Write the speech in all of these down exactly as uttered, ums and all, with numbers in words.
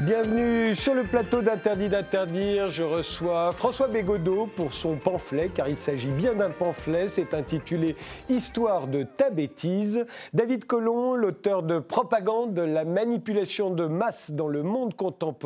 Bienvenue sur le plateau d'Interdit d'interdire. Je reçois François Bégodeau pour son pamphlet, car il s'agit bien d'un pamphlet. C'est intitulé « Histoire de ta bêtise ». David Colomb, l'auteur de « Propagande, de la manipulation de masse dans le monde contemporain ».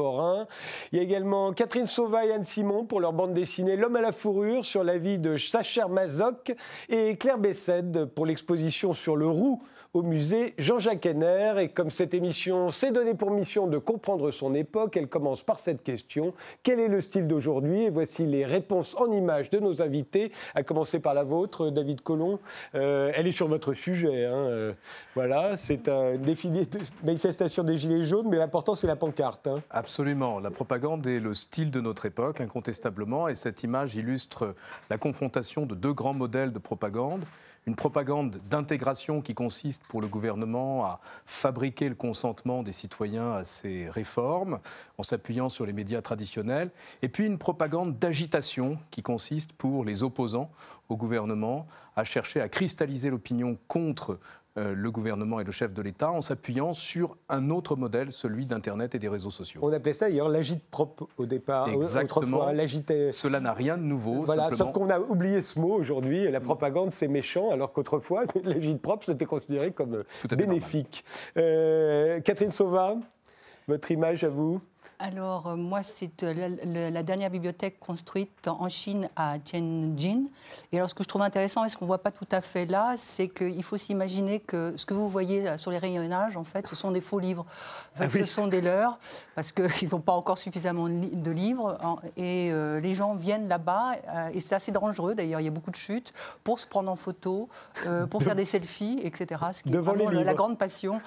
Il y a également Catherine Sauva et Anne Simon pour leur bande dessinée « L'homme à la fourrure » sur la vie de Sacher Masoch, et Claire Bessède pour l'exposition sur le roux au musée Jean-Jacques Henner. Et comme cette émission s'est donnée pour mission de comprendre son époque, elle commence par cette question: quel est le style d'aujourd'hui? Et voici les réponses en images de nos invités, à commencer par la vôtre, David Colomb. Euh, elle est sur votre sujet. Hein. Euh, voilà, c'est un défilé de manifestation des Gilets jaunes, mais l'important, c'est la pancarte. Hein. Absolument. La propagande est le style de notre époque, incontestablement, et cette image illustre la confrontation de deux grands modèles de propagande. Une propagande d'intégration qui consiste pour le gouvernement à fabriquer le consentement des citoyens à ces réformes en s'appuyant sur les médias traditionnels. Et puis une propagande d'agitation qui consiste pour les opposants au gouvernement à chercher à cristalliser l'opinion contre Euh, le gouvernement et le chef de l'État en s'appuyant sur un autre modèle, celui d'Internet et des réseaux sociaux. On appelait ça d'ailleurs l'agite-prop au départ. Exactement. Autrefois, l'agite... Cela n'a rien de nouveau. Voilà, simplement... sauf qu'on a oublié ce mot aujourd'hui. La propagande, c'est méchant, alors qu'autrefois, l'agite-prop, c'était considéré comme bénéfique. Euh, Catherine Sauva, votre image à vous? Alors, euh, moi, c'est euh, la, la dernière bibliothèque construite en Chine à Tianjin. Et alors, ce que je trouve intéressant et ce qu'on ne voit pas tout à fait là, c'est qu'il faut s'imaginer que ce que vous voyez là, sur les rayonnages, en fait, ce sont des faux livres. En fait, ah oui. Ce sont des leurs, parce qu'ils n'ont pas encore suffisamment de livres. Et euh, les gens viennent là-bas, euh, et c'est assez dangereux, d'ailleurs, il y a beaucoup de chutes, pour se prendre en photo, euh, pour de... faire des selfies, et cetera. Ce qui Devant est vraiment la grande passion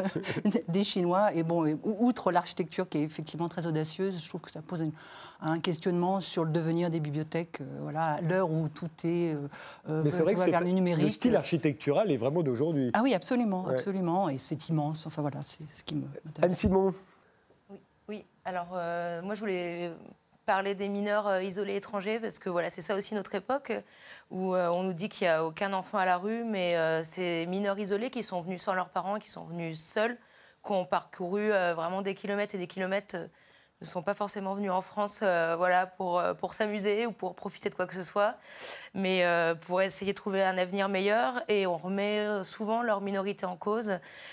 des Chinois. Et bon, outre l'architecture qui est effectivement très audacieuse, je trouve que ça pose une, un questionnement sur le devenir des bibliothèques, euh, voilà, à l'heure où tout est euh, Mais c'est vrai que vers le numérique. Le style architectural est vraiment d'aujourd'hui. Ah oui, absolument, ouais. absolument, et c'est immense. Enfin voilà, c'est ce qui m'intéresse. Anne Simon. Oui, oui. Alors euh, moi je voulais parler des mineurs euh, isolés étrangers, parce que voilà, c'est ça aussi notre époque, où euh, on nous dit qu'il n'y a aucun enfant à la rue, mais euh, ces mineurs isolés qui sont venus sans leurs parents, qui sont venus seuls, qui ont parcouru euh, vraiment des kilomètres et des kilomètres, euh, ne sont pas forcément venus en France euh, voilà, pour, euh, pour s'amuser ou pour profiter de quoi que ce soit, mais euh, pour essayer de trouver un avenir meilleur. Et on remet souvent leur minorité en cause.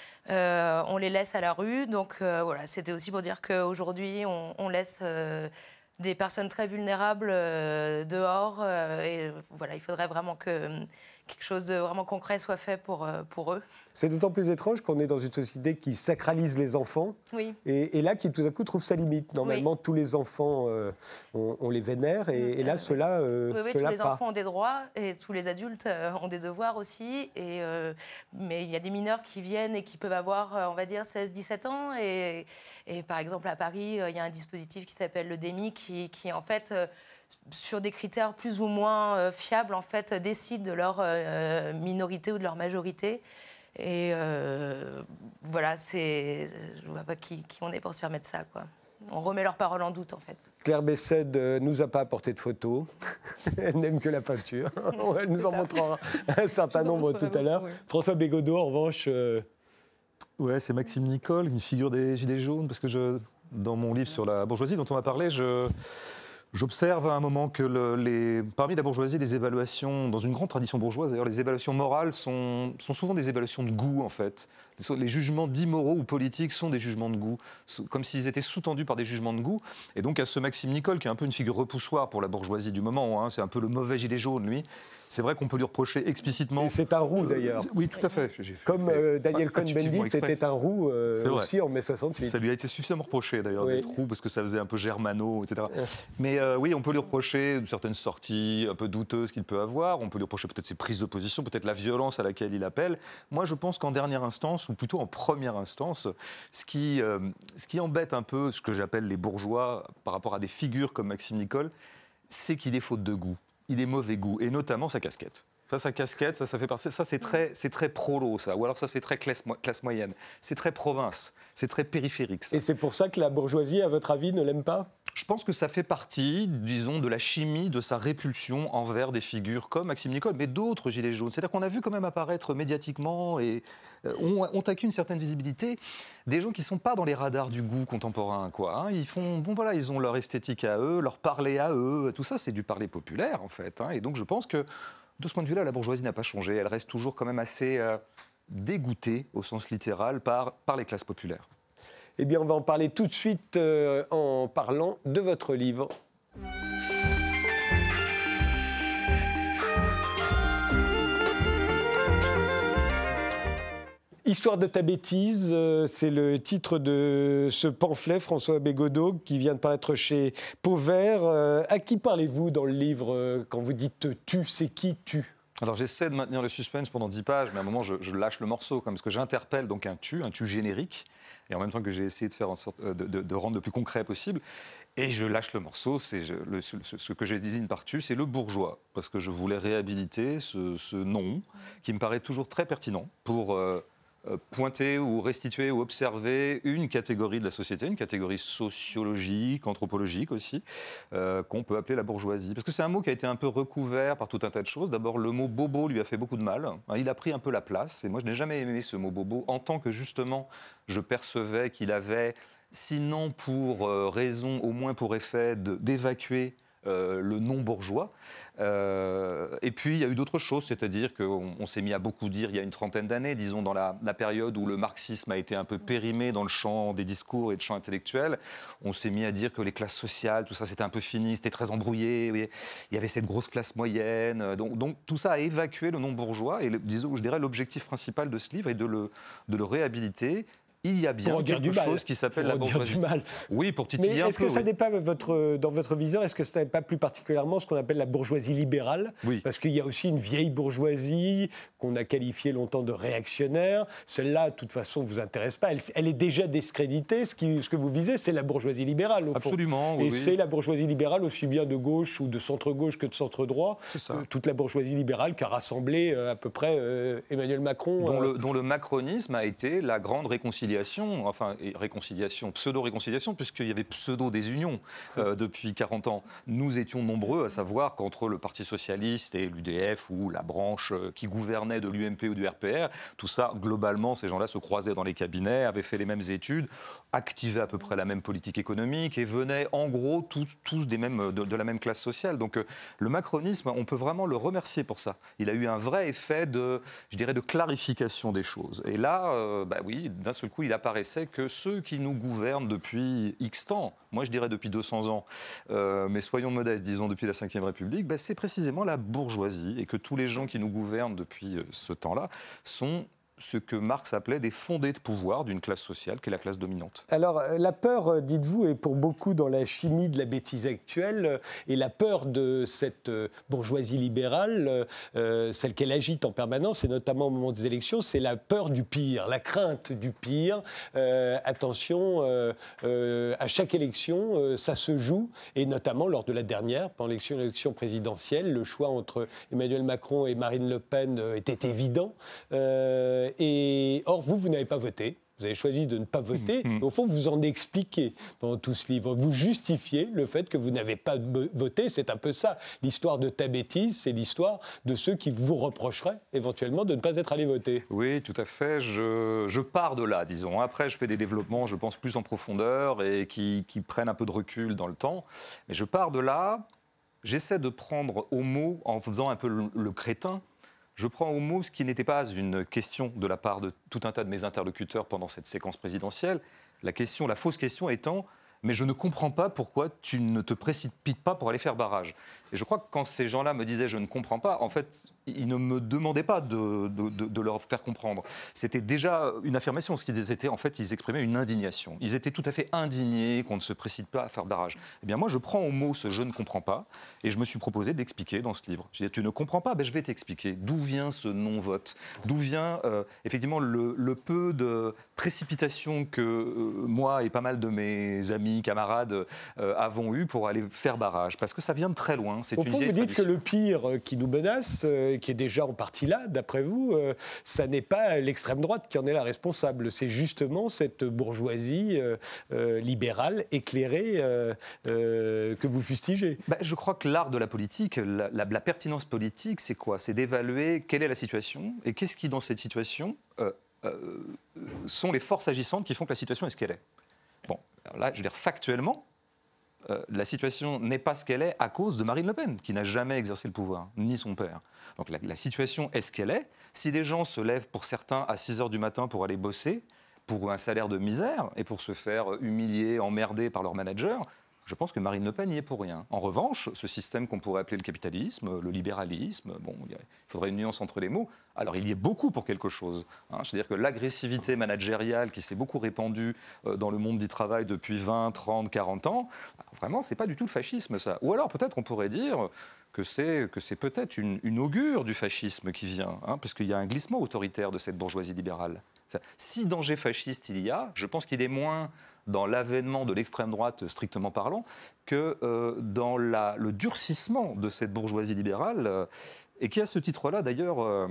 Euh, on les laisse à la rue. Donc euh, voilà, c'était aussi pour dire qu'aujourd'hui, on, on laisse euh, des personnes très vulnérables euh, dehors. Euh, et voilà, il faudrait vraiment que quelque chose de vraiment concret soit fait pour, pour eux. C'est d'autant plus étrange qu'on est dans une société qui sacralise les enfants, oui. et, et là qui tout à coup trouve sa limite. Normalement, oui. tous les enfants, euh, on, on les vénère, et, et là, euh, ceux-là euh, Oui, oui ceux-là tous les pas. enfants ont des droits, et tous les adultes euh, ont des devoirs aussi. Et, euh, mais il y a des mineurs qui viennent et qui peuvent avoir, euh, on va dire, seize dix-sept ans. Et, et par exemple, à Paris, euh, il y a un dispositif qui s'appelle le D M I, qui, qui en fait... Euh, sur des critères plus ou moins euh, fiables, en fait, décident de leur euh, minorité ou de leur majorité. Et euh, voilà, c'est, je ne vois pas qui, qui on est pour se permettre ça, quoi. On remet leurs paroles en doute, en fait. Claire Bessède ne nous a pas apporté de photos. Elle n'aime que la peinture. Elle nous en montrera un certain nombre tout à l'heure. Oui. François Bégodeau, en revanche... Euh... Ouais, c'est Maxime Nicole, une figure des Gilets jaunes, parce que je, dans mon livre sur la bourgeoisie dont on a parlé, je... J'observe à un moment que le, les, parmi la bourgeoisie, les évaluations, dans une grande tradition bourgeoise, d'ailleurs, les évaluations morales sont, sont souvent des évaluations de goût, en fait. Les jugements dits moraux ou politiques sont des jugements de goût, comme s'ils étaient sous-tendus par des jugements de goût. Et donc, à ce Maxime Nicole, qui est un peu une figure repoussoir pour la bourgeoisie du moment, hein, c'est un peu le mauvais gilet jaune, lui. C'est vrai qu'on peut lui reprocher explicitement... Et c'est un roux, d'ailleurs. Euh, oui, tout à fait. J'ai Comme euh, Daniel ah, Cohn-Bendit était un roux euh, aussi en mai soixante-huit. Ça lui a été suffisamment reproché, d'ailleurs, oui. d'être roux, parce que ça faisait un peu germano, et cetera. Euh. Mais euh, oui, on peut lui reprocher certaines sorties un peu douteuses qu'il peut avoir. On peut lui reprocher peut-être ses prises de position, peut-être la violence à laquelle il appelle. Moi, je pense qu'en dernière instance, ou plutôt en première instance, ce qui, euh, ce qui embête un peu ce que j'appelle les bourgeois par rapport à des figures comme Maxime Nicole, c'est qu'il est faute de goût. Il est mauvais goût, et notamment sa casquette. Ça, sa casquette, ça, ça fait partie. Ça, c'est très, c'est très prolo, ça. Ou alors ça, c'est très classe, classe moyenne. C'est très province. C'est très périphérique, ça. Et c'est pour ça que la bourgeoisie, à votre avis, ne l'aime pas ? Je pense que ça fait partie, disons, de la chimie de sa répulsion envers des figures comme Maxime Nicole, mais d'autres gilets jaunes. C'est-à-dire qu'on a vu quand même apparaître médiatiquement et ont, ont acquis une certaine visibilité des gens qui ne sont pas dans les radars du goût contemporain, quoi. Hein. Ils font, bon voilà, ils ont leur esthétique à eux, leur parler à eux. Tout ça, c'est du parler populaire, en fait. Hein. Et donc, je pense que de ce point de vue-là, la bourgeoisie n'a pas changé. Elle reste toujours quand même assez euh, dégoûtée, au sens littéral, par, par les classes populaires. Eh bien, on va en parler tout de suite euh, en parlant de votre livre. Histoire de ta bêtise, euh, c'est le titre de ce pamphlet, François Bégodeau, qui vient de paraître chez Pauvert. Euh, à qui parlez-vous dans le livre euh, quand vous dites « tu », c'est qui « tu » ? Alors j'essaie de maintenir le suspense pendant dix pages, mais à un moment je, je lâche le morceau, comme, parce que j'interpelle donc un tu, un tu générique, et en même temps que j'ai essayé de faire en sorte de, de, de rendre le plus concret possible, et je lâche le morceau. C'est je, le, ce, ce que je désigne par tu, c'est le bourgeois, parce que je voulais réhabiliter ce, ce nom qui me paraît toujours très pertinent pour euh, pointer ou restituer ou observer une catégorie de la société, une catégorie sociologique, anthropologique aussi, euh, qu'on peut appeler la bourgeoisie. Parce que c'est un mot qui a été un peu recouvert par tout un tas de choses. D'abord, le mot bobo lui a fait beaucoup de mal. Il a pris un peu la place. Et moi, je n'ai jamais aimé ce mot bobo, en tant que justement, je percevais qu'il avait, sinon pour euh, raison, au moins pour effet de, d'évacuer Euh, le non-bourgeois. Euh, et puis, il y a eu d'autres choses, c'est-à-dire qu'on on s'est mis à beaucoup dire il y a une trentaine d'années, disons dans la, la période où le marxisme a été un peu périmé dans le champ des discours et le champ intellectuel, on s'est mis à dire que les classes sociales, tout ça, c'était un peu fini, c'était très embrouillé, oui. Il y avait cette grosse classe moyenne. Donc, donc tout ça a évacué le non-bourgeois. Et le, disons, je dirais l'objectif principal de ce livre est de le, de le réhabiliter. Il y a bien quelque chose qui s'appelle la bourgeoisie. Oui, pour titiller un peu. Mais est-ce que ça oui. n'est pas votre, dans votre viseur, est-ce que ça n'est pas plus particulièrement ce qu'on appelle la bourgeoisie libérale ? Oui. Parce qu'il y a aussi une vieille bourgeoisie qu'on a qualifiée longtemps de réactionnaire. Celle-là, de toute façon, ne vous intéresse pas. Elle, elle est déjà discréditée. Ce, qui, ce que vous visez, c'est la bourgeoisie libérale, au fond. Absolument, oui. Et oui. C'est la bourgeoisie libérale aussi bien de gauche ou de centre-gauche que de centre-droit. C'est ça. Toute la bourgeoisie libérale qu'a rassemblé euh, à peu près euh, Emmanuel Macron. Dont, euh... le, dont le macronisme a été la grande réconciliation, enfin, et réconciliation, pseudo-réconciliation, puisqu'il y avait pseudo-désunion euh, depuis quarante ans. Nous étions nombreux à savoir qu'entre le Parti socialiste et l'U D F, ou la branche qui gouvernait de l'U M P ou du R P R, tout ça, globalement, ces gens-là se croisaient dans les cabinets, avaient fait les mêmes études, activaient à peu près la même politique économique et venaient en gros tous, tous des mêmes, de, de la même classe sociale. Donc euh, le macronisme, on peut vraiment le remercier pour ça. Il a eu un vrai effet de, je dirais, de clarification des choses. Et là, euh, bah oui, d'un seul coup, il apparaissait que ceux qui nous gouvernent depuis X temps, moi je dirais depuis deux cents ans, euh, mais soyons modestes, disons depuis la cinquième République, bah, c'est précisément la bourgeoisie, et que tous les gens qui nous gouvernent depuis ce temps-là sont ce que Marx appelait des fondés de pouvoir d'une classe sociale, qui est la classe dominante. Alors, la peur, dites-vous, est pour beaucoup dans la chimie de la bêtise actuelle, et la peur de cette bourgeoisie libérale, euh, celle qu'elle agite en permanence, et notamment au moment des élections, c'est la peur du pire, la crainte du pire. Euh, attention, euh, euh, à chaque élection, euh, ça se joue, et notamment lors de la dernière, pendant l'élection, l'élection présidentielle, le choix entre Emmanuel Macron et Marine Le Pen euh, était évident. Euh, Et, or, vous, vous n'avez pas voté. Vous avez choisi de ne pas voter. Mmh, mmh. Au fond, vous en expliquez pendant tout ce livre. Vous justifiez le fait que vous n'avez pas voté. C'est un peu ça. L'histoire de ta bêtise, c'est l'histoire de ceux qui vous reprocheraient éventuellement de ne pas être allés voter. Oui, tout à fait. Je, je pars de là, disons. Après, je fais des développements, je pense, plus en profondeur et qui, qui prennent un peu de recul dans le temps. Mais je pars de là. J'essaie de prendre au mot, en faisant un peu le, le crétin, je prends au mot ce qui n'était pas une question de la part de tout un tas de mes interlocuteurs pendant cette séquence présidentielle. La question, la fausse question étant « mais je ne comprends pas pourquoi tu ne te précipites pas pour aller faire barrage ». Et je crois que quand ces gens-là me disaient « je ne comprends pas », en fait, ils ne me demandaient pas de, de, de, de leur faire comprendre. C'était déjà une affirmation, ce qu'ils étaient, en fait, ils exprimaient une indignation. Ils étaient tout à fait indignés qu'on ne se précipite pas à faire barrage. Eh bien moi, je prends au mot ce « je ne comprends pas » et je me suis proposé d'expliquer dans ce livre. Je dis, tu ne comprends pas, ben, je vais t'expliquer d'où vient ce non-vote, d'où vient euh, effectivement le, le peu de précipitation que euh, moi et pas mal de mes amis, camarades euh, avons eu pour aller faire barrage. Parce que ça vient de très loin. C'est Au une fond, vous dites tradition. que le pire qui nous menace, euh, euh, qui est déjà en partie là, d'après vous, euh, ça n'est pas l'extrême droite qui en est la responsable. C'est justement cette bourgeoisie euh, euh, libérale, éclairée, euh, euh, que vous fustigez. Bah, je crois que l'art de la politique, la, la, la pertinence politique, c'est quoi? C'est d'évaluer quelle est la situation et qu'est-ce qui, dans cette situation, euh, euh, sont les forces agissantes qui font que la situation est ce qu'elle est. Bon, alors là, je veux dire, factuellement, euh, la situation n'est pas ce qu'elle est à cause de Marine Le Pen, qui n'a jamais exercé le pouvoir, ni son père. Donc la, la situation est ce qu'elle est. Si des gens se lèvent, pour certains, à six heures du matin pour aller bosser, pour un salaire de misère, et pour se faire humilier, emmerder par leur manager, je pense que Marine Le Pen n'y est pour rien. En revanche, ce système qu'on pourrait appeler le capitalisme, le libéralisme, bon, il faudrait une nuance entre les mots, alors il y est beaucoup pour quelque chose. Hein. C'est-à-dire que l'agressivité managériale qui s'est beaucoup répandue dans le monde du travail depuis vingt, trente, quarante ans, vraiment, c'est pas du tout le fascisme, ça. Ou alors peut-être qu'on pourrait dire que c'est, que c'est peut-être une, une augure du fascisme qui vient, hein, parce qu'il y a un glissement autoritaire de cette bourgeoisie libérale. Si danger fasciste il y a, je pense qu'il est moins dans l'avènement de l'extrême droite strictement parlant que euh, dans la, le durcissement de cette bourgeoisie libérale euh, et qui à ce titre-là d'ailleurs euh,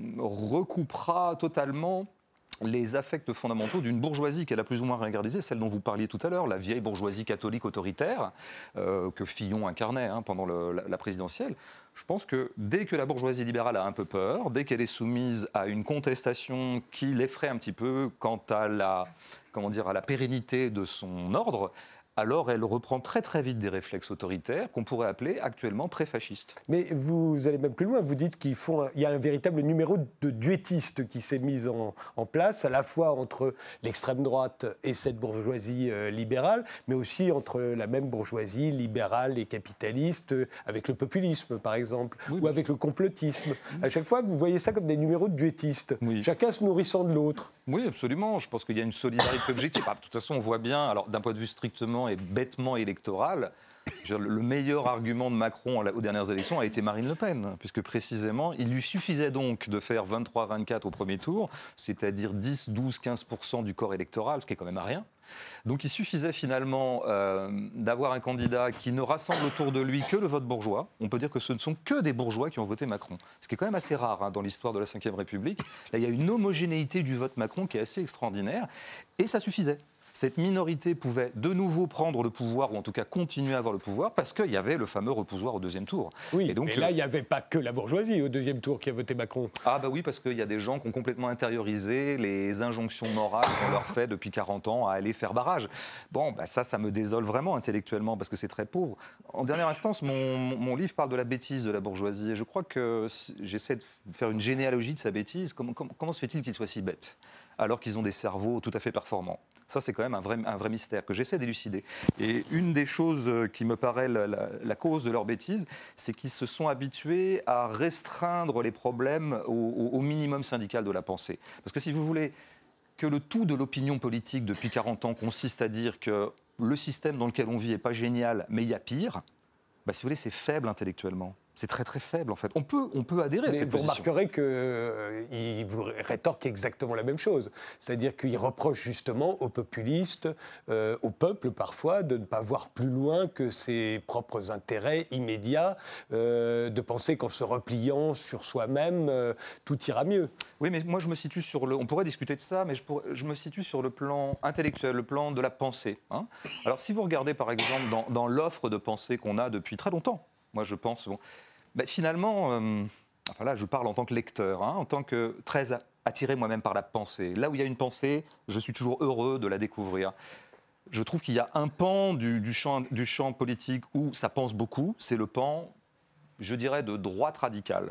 recoupera totalement les affects fondamentaux d'une bourgeoisie qu'elle a plus ou moins ringardisée, celle dont vous parliez tout à l'heure, la vieille bourgeoisie catholique autoritaire euh, que Fillon incarnait hein, pendant le, la, la présidentielle. Je pense que dès que la bourgeoisie libérale a un peu peur, dès qu'elle est soumise à une contestation qui l'effraie un petit peu quant à la, comment dire, à la pérennité de son ordre, alors elle reprend très très vite des réflexes autoritaires qu'on pourrait appeler actuellement pré-fascistes. Mais vous allez même plus loin, vous dites qu'il faut un, y a un véritable numéro de duettistes qui s'est mis en, en place, à la fois entre l'extrême droite et cette bourgeoisie euh, libérale, mais aussi entre la même bourgeoisie libérale et capitaliste, euh, avec le populisme par exemple, oui, ou avec le complotisme. Oui. À chaque fois, vous voyez ça comme des numéros de duettistes, oui. Chacun se nourrissant de l'autre. Oui, absolument. Je pense qu'il y a une solidarité objective. Ah, de toute façon, on voit bien, alors d'un point de vue strictement et bêtement électoral, le meilleur argument de Macron aux dernières élections a été Marine Le Pen, puisque précisément, il lui suffisait donc de faire vingt-trois vingt-quatre au premier tour, c'est-à-dire dix, douze, quinze pour cent du corps électoral, ce qui est quand même à rien. Donc il suffisait finalement euh, d'avoir un candidat qui ne rassemble autour de lui que le vote bourgeois. On peut dire que ce ne sont que des bourgeois qui ont voté Macron, ce qui est quand même assez rare hein, dans l'histoire de la cinquième République. Là, il y a une homogénéité du vote Macron qui est assez extraordinaire, et ça suffisait. Cette minorité pouvait de nouveau prendre le pouvoir, ou en tout cas continuer à avoir le pouvoir, parce qu'il y avait le fameux repoussoir au deuxième tour. Oui, et donc, mais là, il n'y avait pas que la bourgeoisie au deuxième tour qui a voté Macron. Ah bah oui, parce qu'il y a des gens qui ont complètement intériorisé les injonctions morales qu'on leur fait depuis quarante ans à aller faire barrage. Bon, bah ça, ça me désole vraiment intellectuellement, parce que c'est très pauvre. En dernière instance, mon, mon livre parle de la bêtise de la bourgeoisie, et je crois que j'essaie de faire une généalogie de sa bêtise. Comment, comment, comment se fait-il qu'ils soient si bêtes, alors qu'ils ont des cerveaux tout à fait performants? Ça, c'est quand même un vrai, un vrai mystère que j'essaie d'élucider. Et une des choses qui me paraît la, la, la cause de leur bêtise, c'est qu'ils se sont habitués à restreindre les problèmes au, au minimum syndical de la pensée. Parce que si vous voulez que le tout de l'opinion politique depuis quarante ans consiste à dire que le système dans lequel on vit n'est pas génial, mais il y a pire, bah, si vous voulez, c'est faible intellectuellement. C'est très très faible en fait. On peut, on peut adhérer Mais à cette vous position. Vous remarquerez qu'il euh, vous rétorque exactement la même chose. C'est-à-dire qu'il reproche justement aux populistes, euh, au peuple parfois, de ne pas voir plus loin que ses propres intérêts immédiats, euh, de penser qu'en se repliant sur soi-même, euh, tout ira mieux. Oui, mais moi je me situe sur le... On pourrait discuter de ça, mais je, pourrais... je me situe sur le plan intellectuel, le plan de la pensée. Hein. Alors si vous regardez par exemple dans, dans l'offre de pensée qu'on a depuis très longtemps, moi je pense... Bon, ben, finalement, euh, enfin là, je parle en tant que lecteur, hein, en tant que très attiré moi-même par la pensée. Là où il y a une pensée, je suis toujours heureux de la découvrir. Je trouve qu'il y a un pan du, du, champ, du champ politique où ça pense beaucoup, c'est le pan, je dirais, de droite radicale.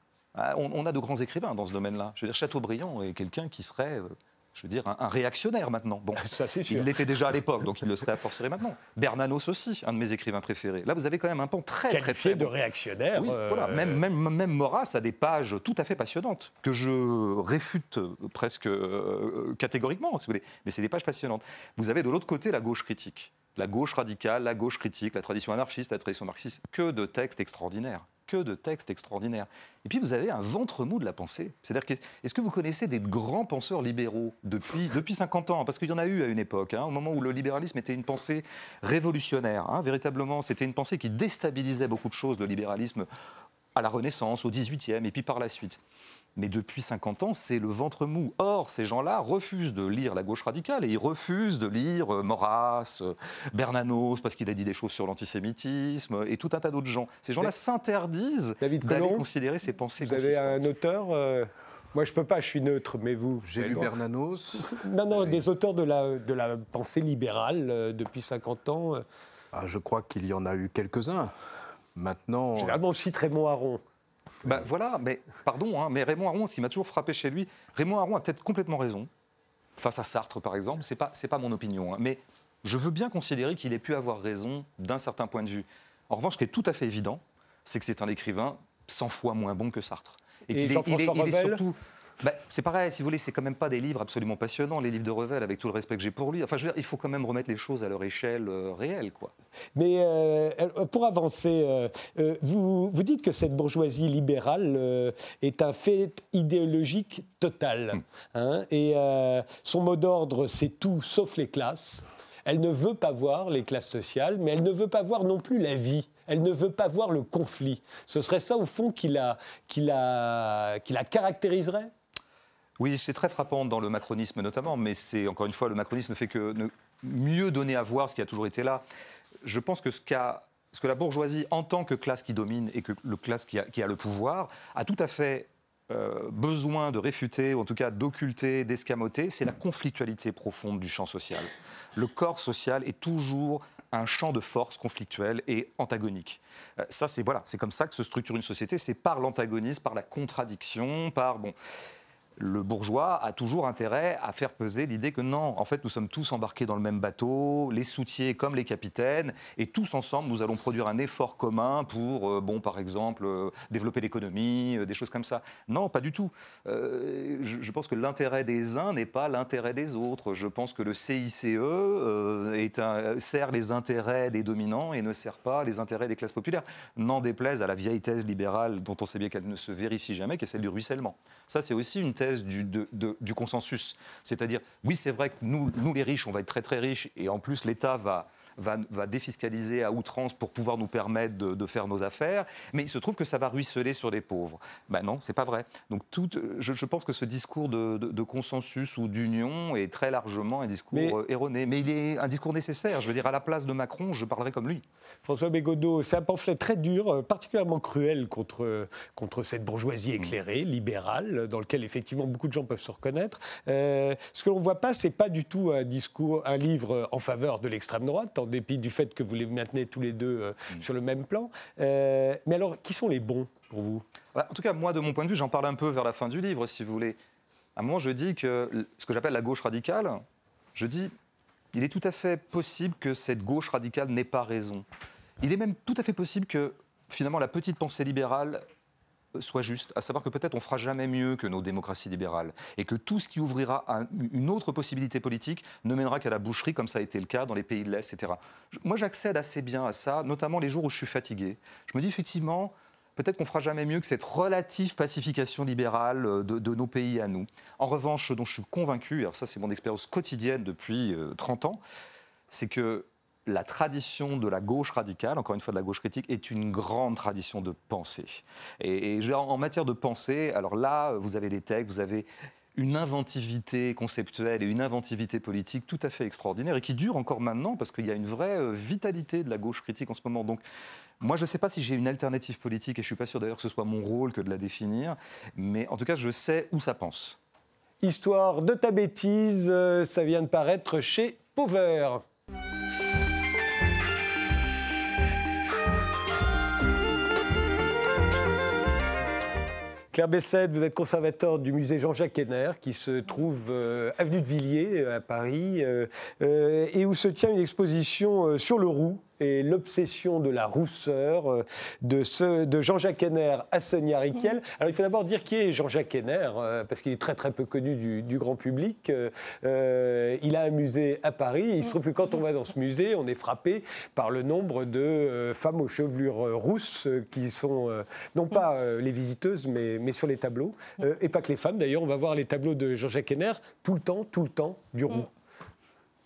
On, on a de grands écrivains dans ce domaine-là. Je veux dire, Chateaubriand est quelqu'un qui serait... Euh, je veux dire, un, un réactionnaire maintenant. Bon, ça, c'est sûr. Il l'était déjà à l'époque, donc il le serait à fortiori maintenant. Bernanos aussi, un de mes écrivains préférés. Là, vous avez quand même un pan très, Qualifié très faible. de réactionnaire. Oui, euh... voilà. Même, même, même Maurras a des pages tout à fait passionnantes, que je réfute presque euh, catégoriquement, si vous voulez. Mais c'est des pages passionnantes. Vous avez de l'autre côté la gauche critique. La gauche radicale, la gauche critique, la tradition anarchiste, la tradition marxiste. Que de textes extraordinaires. Que de textes extraordinaires. Et puis vous avez un ventre mou de la pensée. C'est-à-dire, que, est-ce que vous connaissez des grands penseurs libéraux depuis, depuis cinquante ans? Parce qu'il y en a eu à une époque, hein, au moment où le libéralisme était une pensée révolutionnaire. Hein, véritablement, c'était une pensée qui déstabilisait beaucoup de choses, le libéralisme. à la Renaissance, au dix-huitième, et puis par la suite. Mais depuis cinquante ans, c'est le ventre mou. Or, ces gens-là refusent de lire la gauche radicale et ils refusent de lire euh, Maurras, euh, Bernanos, parce qu'il a dit des choses sur l'antisémitisme et tout un tas d'autres gens. Ces gens-là s'interdisent d'aller considérer ces pensées Vous avez un auteur euh... Moi, je ne peux pas, je suis neutre, mais vous... J'ai lu Bernanos. Non, non, des auteurs de la, de la pensée libérale euh, depuis cinquante ans. Euh... Ah, je crois qu'il y en a eu quelques-uns. Maintenant... Généralement, on cite Raymond Aron. Ben voilà, mais pardon, hein, mais Raymond Aron, ce qui m'a toujours frappé chez lui, Raymond Aron a peut-être complètement raison, face à Sartre par exemple, c'est pas, c'est pas mon opinion, hein, mais je veux bien considérer qu'il ait pu avoir raison d'un certain point de vue. En revanche, ce qui est tout à fait évident, c'est que c'est un écrivain cent fois moins bon que Sartre. Et, Et qu'il est, il est, il est surtout... Ben, c'est pareil, si vous voulez, c'est quand même pas des livres absolument passionnants, les livres de Revel, avec tout le respect que j'ai pour lui. Enfin, je veux dire, il faut quand même remettre les choses à leur échelle euh, réelle, quoi. Mais euh, pour avancer, euh, euh, vous, vous dites que cette bourgeoisie libérale euh, est un fait idéologique total. Hum. Hein, et euh, son mot d'ordre, c'est tout sauf les classes. Elle ne veut pas voir les classes sociales, mais elle ne veut pas voir non plus la vie. Elle ne veut pas voir le conflit. Ce serait ça, au fond, qui la, qui la, qui la caractériserait ? Oui, c'est très frappant dans le macronisme notamment, mais c'est, encore une fois, le macronisme ne fait que ne mieux donner à voir ce qui a toujours été là. Je pense que ce, qu'a, ce que la bourgeoisie, en tant que classe qui domine et que le classe qui a, qui a le pouvoir, a tout à fait euh, besoin de réfuter, ou en tout cas d'occulter, d'escamoter, c'est la conflictualité profonde du champ social. Le corps social est toujours un champ de force conflictuel et antagonique. Euh, ça, c'est, voilà, c'est comme ça que se structure une société, c'est par l'antagonisme, par la contradiction, par... Bon, le bourgeois a toujours intérêt à faire peser l'idée que non, en fait, nous sommes tous embarqués dans le même bateau, les soutiers comme les capitaines, et tous ensemble, nous allons produire un effort commun pour, euh, bon, par exemple, euh, développer l'économie, euh, des choses comme ça. Non, pas du tout. Euh, je, je pense que l'intérêt des uns n'est pas l'intérêt des autres. Je pense que le C I C E euh, est un, sert les intérêts des dominants et ne sert pas les intérêts des classes populaires. N'en déplaise à la vieille thèse libérale dont on sait bien qu'elle ne se vérifie jamais, qui est celle du ruissellement. Ça, c'est aussi une thèse Du, de, de, du consensus. C'est-à-dire, oui, c'est vrai que nous, nous, les riches, on va être très, très riches, et en plus, l'État va, va, va défiscaliser à outrance pour pouvoir nous permettre de, de faire nos affaires, mais il se trouve que ça va ruisseler sur les pauvres. Ben non, c'est pas vrai. Donc, tout, je, je pense que ce discours de, de, de consensus ou d'union est très largement un discours mais, erroné, mais il est un discours nécessaire. Je veux dire, à la place de Macron, je parlerai comme lui. François Bégaudeau, c'est un pamphlet très dur, particulièrement cruel contre, contre cette bourgeoisie éclairée, mmh. libérale, dans lequel effectivement beaucoup de gens peuvent se reconnaître. Euh, ce que l'on ne voit pas, c'est pas du tout un discours, un livre en faveur de l'extrême droite, en dépit du fait que vous les maintenez tous les deux euh, mmh. sur le même plan. Euh, mais alors, qui sont les bons pour vous ? En tout cas, moi, de mon point de vue, j'en parle un peu vers la fin du livre, si vous voulez. À un moment, je dis que ce que j'appelle la gauche radicale, je dis, il est tout à fait possible que cette gauche radicale n'ait pas raison. Il est même tout à fait possible que, finalement, la petite pensée libérale soit juste, à savoir que peut-être on fera jamais mieux que nos démocraties libérales et que tout ce qui ouvrira un, une autre possibilité politique ne mènera qu'à la boucherie, comme ça a été le cas dans les pays de l'Est, et cetera. Moi, j'accède assez bien à ça, notamment les jours où je suis fatigué. Je me dis effectivement, peut-être qu'on fera jamais mieux que cette relative pacification libérale de, de nos pays à nous. En revanche, ce dont je suis convaincu, alors ça c'est mon expérience quotidienne depuis euh, trente ans, c'est que la tradition de la gauche radicale, encore une fois de la gauche critique, est une grande tradition de pensée. Et, et je veux dire, en matière de pensée, alors là, vous avez les textes, vous avez une inventivité conceptuelle et une inventivité politique tout à fait extraordinaire et qui dure encore maintenant parce qu'il y a une vraie vitalité de la gauche critique en ce moment. Donc, moi, je ne sais pas si j'ai une alternative politique et je ne suis pas sûr d'ailleurs que ce soit mon rôle que de la définir, mais en tout cas, je sais où ça pense. Histoire de ta bêtise, ça vient de paraître chez Pauvert. Claire Bessette, vous êtes conservateur du musée Jean-Jacques Henner, qui se trouve euh, avenue de Villiers, à Paris, euh, euh, et où se tient une exposition euh, sur le roux et l'obsession de la rousseur de, ce, de Jean-Jacques Henner à Sonia Rykiel. Alors, il faut d'abord dire qui est Jean-Jacques Henner, euh, parce qu'il est très, très peu connu du, du grand public. Euh, il a un musée à Paris, et il se trouve que quand on va dans ce musée, on est frappé par le nombre de euh, femmes aux chevelures rousses qui sont, euh, non pas euh, les visiteuses, mais, mais sur les tableaux. Euh, et pas que les femmes, d'ailleurs, on va voir les tableaux de Jean-Jacques Henner tout le temps, tout le temps, du roux.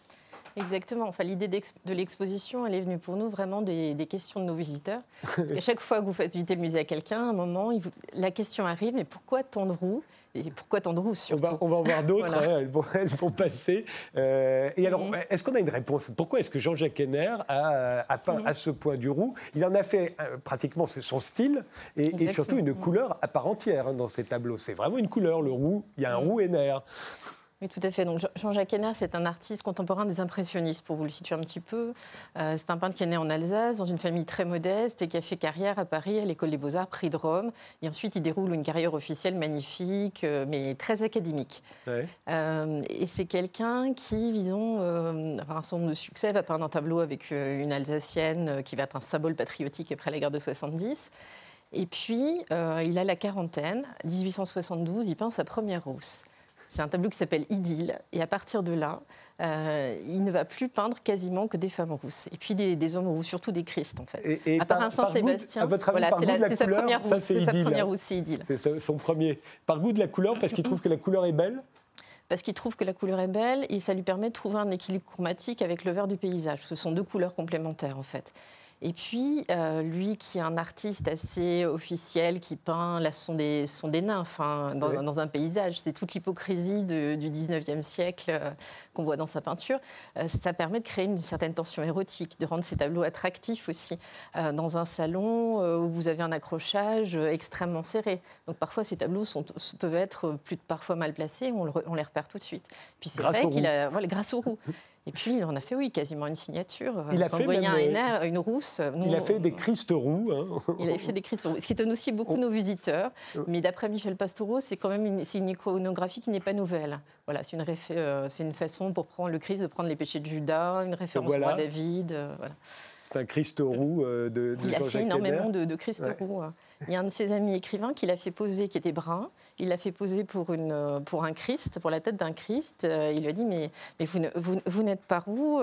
Exactement. Enfin, l'idée de l'exposition, elle est venue pour nous vraiment des, des questions de nos visiteurs. Parce qu'à chaque fois que vous faites visiter le musée à quelqu'un, à un moment, il vous, la question arrive, mais pourquoi tant de roues ? Et pourquoi tant de roues surtout ? On va, on va en voir d'autres, voilà. hein, elles, vont, elles vont passer. Euh, et alors, mmh. est-ce qu'on a une réponse ? Pourquoi est-ce que Jean-Jacques Henner a, a peint mmh. à ce point du roux ? Il en a fait euh, pratiquement son style et, et surtout une mmh. couleur à part entière hein, dans ses tableaux. C'est vraiment une couleur, le roux. Il y a un mmh. roux Henner. Oui, tout à fait. Donc, Jean-Jacques Henner, c'est un artiste contemporain des impressionnistes, pour vous le situer un petit peu. Euh, c'est un peintre qui est né en Alsace, dans une famille très modeste, et qui a fait carrière à Paris, à l'École des Beaux-Arts, prix de Rome. Et ensuite, il déroule une carrière officielle magnifique, euh, mais très académique. Ouais. Euh, et c'est quelqu'un qui, disons, euh, avoir un certain nombre de succès, va peindre un tableau avec euh, une Alsacienne euh, qui va être un symbole patriotique après la guerre de soixante-dix. Et puis, euh, il a la quarantaine. dix-huit cent soixante-douze, il peint sa première rousse. C'est un tableau qui s'appelle Idylle. Et à partir de là, euh, il ne va plus peindre quasiment que des femmes rousses. Et puis des, des hommes roux, surtout des Christ, en fait. Et, et à part par, un Saint-Sébastien. À votre avis, voilà, par c'est goût la, de la c'est couleur, sa première rousse. ça, c'est, c'est Idylle, sa première hein. rousse, c'est Idylle. C'est son premier. Par goût de la couleur, parce qu'il trouve que la couleur est belle ? Parce qu'il trouve que la couleur est belle et ça lui permet de trouver un équilibre chromatique avec le vert du paysage. Ce sont deux couleurs complémentaires, en fait. Et puis, euh, lui qui est un artiste assez officiel, qui peint, là, ce sont des, ce sont des nymphes hein, dans, oui. dans un paysage. C'est toute l'hypocrisie de, du dix-neuvième siècle euh, qu'on voit dans sa peinture. Euh, ça permet de créer une certaine tension érotique, de rendre ces tableaux attractifs aussi. Euh, dans un salon euh, où vous avez un accrochage extrêmement serré. Donc, parfois, ces tableaux sont, peuvent être plus, parfois mal placés, on, le, on les repère tout de suite. Puis c'est grâce vrai qu'il a... Voilà, grâce aux roues. Et puis, il en a fait, oui, quasiment une signature. Il a Quand fait vous voyez même, un Henner, une rousse... Nous, il a fait des Christ roux. Hein. Il a fait des Christ roux. Ce qui étonne aussi beaucoup nos visiteurs. Mais d'après Michel Pastoureau, c'est quand même une, c'est une iconographie qui n'est pas nouvelle. Voilà, c'est une, réfé- euh, c'est une façon pour prendre le Christ de prendre les péchés de Judas, une référence voilà. au roi David. Euh, voilà. C'est un Christ roux euh, de, de Il Jean-Jacques a fait énormément Henner. de, de Christ ouais. roux. Il y a un de ses amis écrivains qui l'a fait poser, qui était brun. Il l'a fait poser pour, une, pour un Christ, pour la tête d'un Christ. Il lui a dit, mais, mais vous, ne, vous, vous n'êtes pas roux.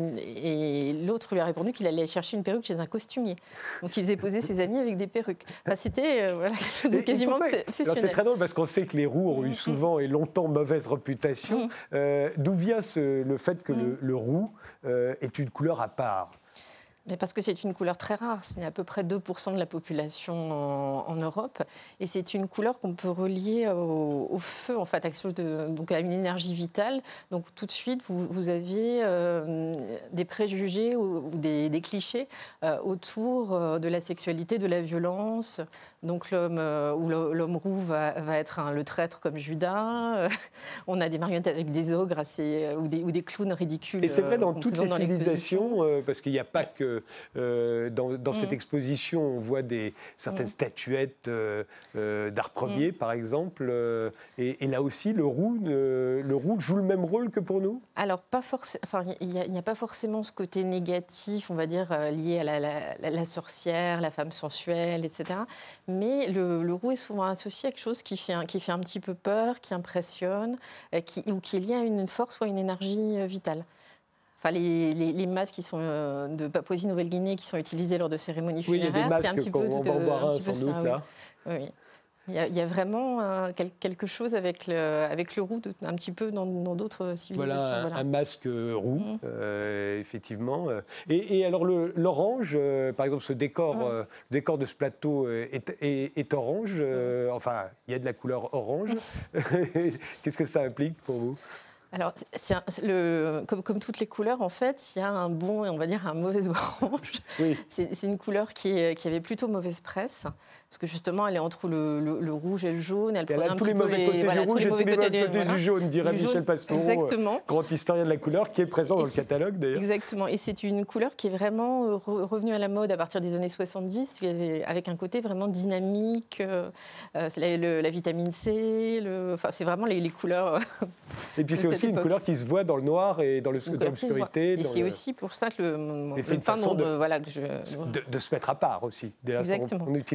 Et l'autre lui a répondu qu'il allait chercher une perruque chez un costumier. Donc il faisait poser ses amis avec des perruques. Enfin, c'était euh, voilà, quasiment obsessionnel. C'est très drôle parce qu'on sait que les roux ont eu souvent et longtemps mauvaise réputation. Mmh. Euh, d'où vient ce, le fait que mmh. le, le roux euh, est une couleur à part ? Mais parce que c'est une couleur très rare, c'est à peu près deux pour cent de la population en, en Europe, et c'est une couleur qu'on peut relier au, au feu, en fait, à, quelque chose de, donc à une énergie vitale. Donc tout de suite, vous, vous avez euh, des préjugés ou, ou des, des clichés euh, autour euh, de la sexualité, de la violence. Donc l'homme euh, ou l'homme roux va, va être un, le traître comme Judas. Euh, on a des marionnettes avec des ogres assez, ou, des, ou des clowns ridicules. Et c'est vrai dans toutes les civilisations, euh, parce qu'il n'y a pas que Euh, dans, dans mmh. cette exposition, on voit des, certaines mmh. statuettes euh, euh, d'art premier, mmh. par exemple. Euh, et, et là aussi, le roux, euh, le roux joue le même rôle que pour nous ? Alors, pas forcément. Enfin, il n'y a, a pas forcément ce côté négatif, on va dire, euh, lié à la, la, la, la sorcière, la femme sensuelle, et cetera. Mais le, le roux est souvent associé à quelque chose qui fait un, qui fait un petit peu peur, qui impressionne, euh, qui, ou qui est lié à une force ou à une énergie euh, vitale. Enfin, les, les, les masques qui sont euh, de Papouasie-Nouvelle-Guinée qui sont utilisés lors de cérémonies funéraires, oui, il y a des masques c'est un petit peu, on de, va en voir un, un petit peu sans ça. Doute, là. Oui. Oui. Il y, a, il y a vraiment euh, quelque chose avec le, avec le roux, de, un petit peu dans, dans d'autres civilisations. Voilà, un, voilà. un masque roux, mmh. euh, effectivement. Et, et alors, le, l'orange, euh, par exemple, ce décor, mmh. euh, le décor de ce plateau est, est, est orange. Euh, mmh. Enfin, il y a de la couleur orange. Mmh. Qu'est-ce que ça implique pour vous ? Alors, c'est un, le, comme, comme toutes les couleurs, en fait, il y a un bon et on va dire un mauvais orange. Oui. C'est, c'est une couleur qui, est, qui avait plutôt mauvaise presse, parce que justement, elle est entre le, le, le rouge et le jaune. Elle, elle prenait a un tous petit les mauvais peu côtés les, voilà, du rouge et tous les mauvais côtés, côtés du jaune, dirait du Michel Pastoureau, exactement. Grand historien de la couleur, qui est présent dans et le catalogue, d'ailleurs. Exactement. Et c'est une couleur qui est vraiment re, revenue à la mode à partir des années soixante-dix, avec un côté vraiment dynamique. Euh, c'est la, le, la vitamine C, le, enfin, c'est vraiment les, les couleurs. Et puis c'est aussi une couleur qui se voit dans le noir et dans, le, dans l'obscurité. Et dans c'est le... aussi pour ça que le, et c'est le une façon de, voilà, que je... de, de se mettre à part aussi. Dès Exactement. On, on utilise l'orange.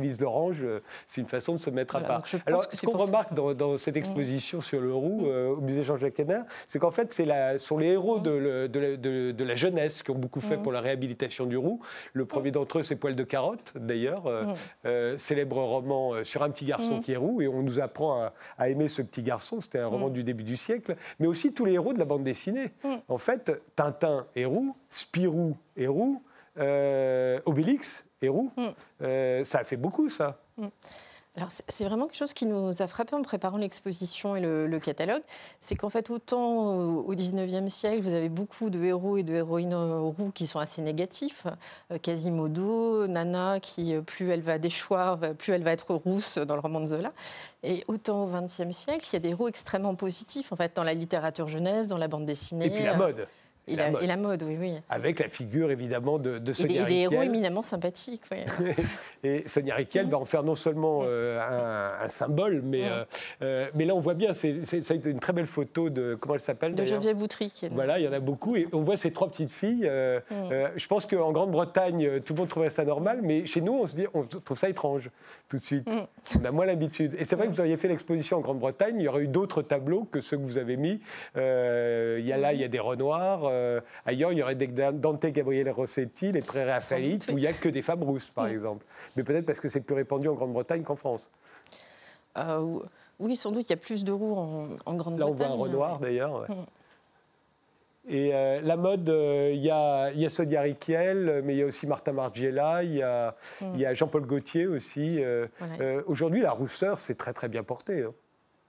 étrange. C'est une façon de se mettre voilà, à part. Alors, ce qu'on remarque dans, dans cette exposition mmh. sur le roux, euh, au musée Jean-Jacques Henner, c'est qu'en fait, c'est la, sont les héros mmh. de, de, de, de la jeunesse qui ont beaucoup fait mmh. pour la réhabilitation du roux. Le premier mmh. d'entre eux, c'est Poil de carotte, d'ailleurs, euh, mmh. euh, célèbre roman euh, sur un petit garçon mmh. qui est roux, et on nous apprend à, à aimer ce petit garçon. C'était un roman mmh. du début du siècle, mais aussi tous les héros de la bande dessinée. Mmh. En fait, Tintin est roux, Spirou est roux, euh, Obélix est roux. Mmh. Euh, ça a fait beaucoup, ça. Mmh. Alors, c'est vraiment quelque chose qui nous a frappé en préparant l'exposition et le, le catalogue. C'est qu'en fait, autant au dix-neuvième siècle, vous avez beaucoup de héros et de héroïnes roux qui sont assez négatifs. Quasimodo, Nana, qui, plus elle va déchoir, plus elle va être rousse dans le roman de Zola. Et autant au vingtième siècle, il y a des héros extrêmement positifs, en fait, dans la littérature jeunesse, dans la bande dessinée. Et puis la mode. Et la, la, et la mode, oui, oui. Avec la figure, évidemment, de, de Sonia Rykiel. Et des héros éminemment sympathiques. Oui. Et Sonia Rykiel mmh. va en faire non seulement euh, un, un symbole, mais, mmh. euh, mais là, on voit bien, c'est, c'est, ça a été une très belle photo de, comment elle s'appelle De Geneviève Boutry. Voilà, il y en a beaucoup. Et on voit ces trois petites filles. Euh, mmh. euh, je pense qu'en Grande-Bretagne, tout le monde trouvait ça normal, mais chez nous, on se dit, on trouve ça étrange, tout de suite. Mmh. On a moins l'habitude. Et c'est vrai que vous auriez fait l'exposition en Grande-Bretagne, il y aurait eu d'autres tableaux que ceux que vous avez mis. Euh, il y a là, il y a des Renoirs. Euh, ailleurs, il y aurait des Dante Gabriele Rossetti, les pré-raphaélites, où il n'y a que des femmes rousses, par mmh. exemple. Mais peut-être parce que c'est plus répandu en Grande-Bretagne qu'en France. Euh, oui, sans doute, il y a plus de roux en, en Grande-Bretagne. Là, on voit un Renoir, d'ailleurs. Ouais. Mmh. Et euh, la mode, il euh, y, a, y a Sonia Rykiel, mais il y a aussi Martha Margiela, il y a, mmh. y a Jean-Paul Gaultier aussi. Euh, voilà. euh, aujourd'hui, la rousseur, c'est très, très bien porté. Hein.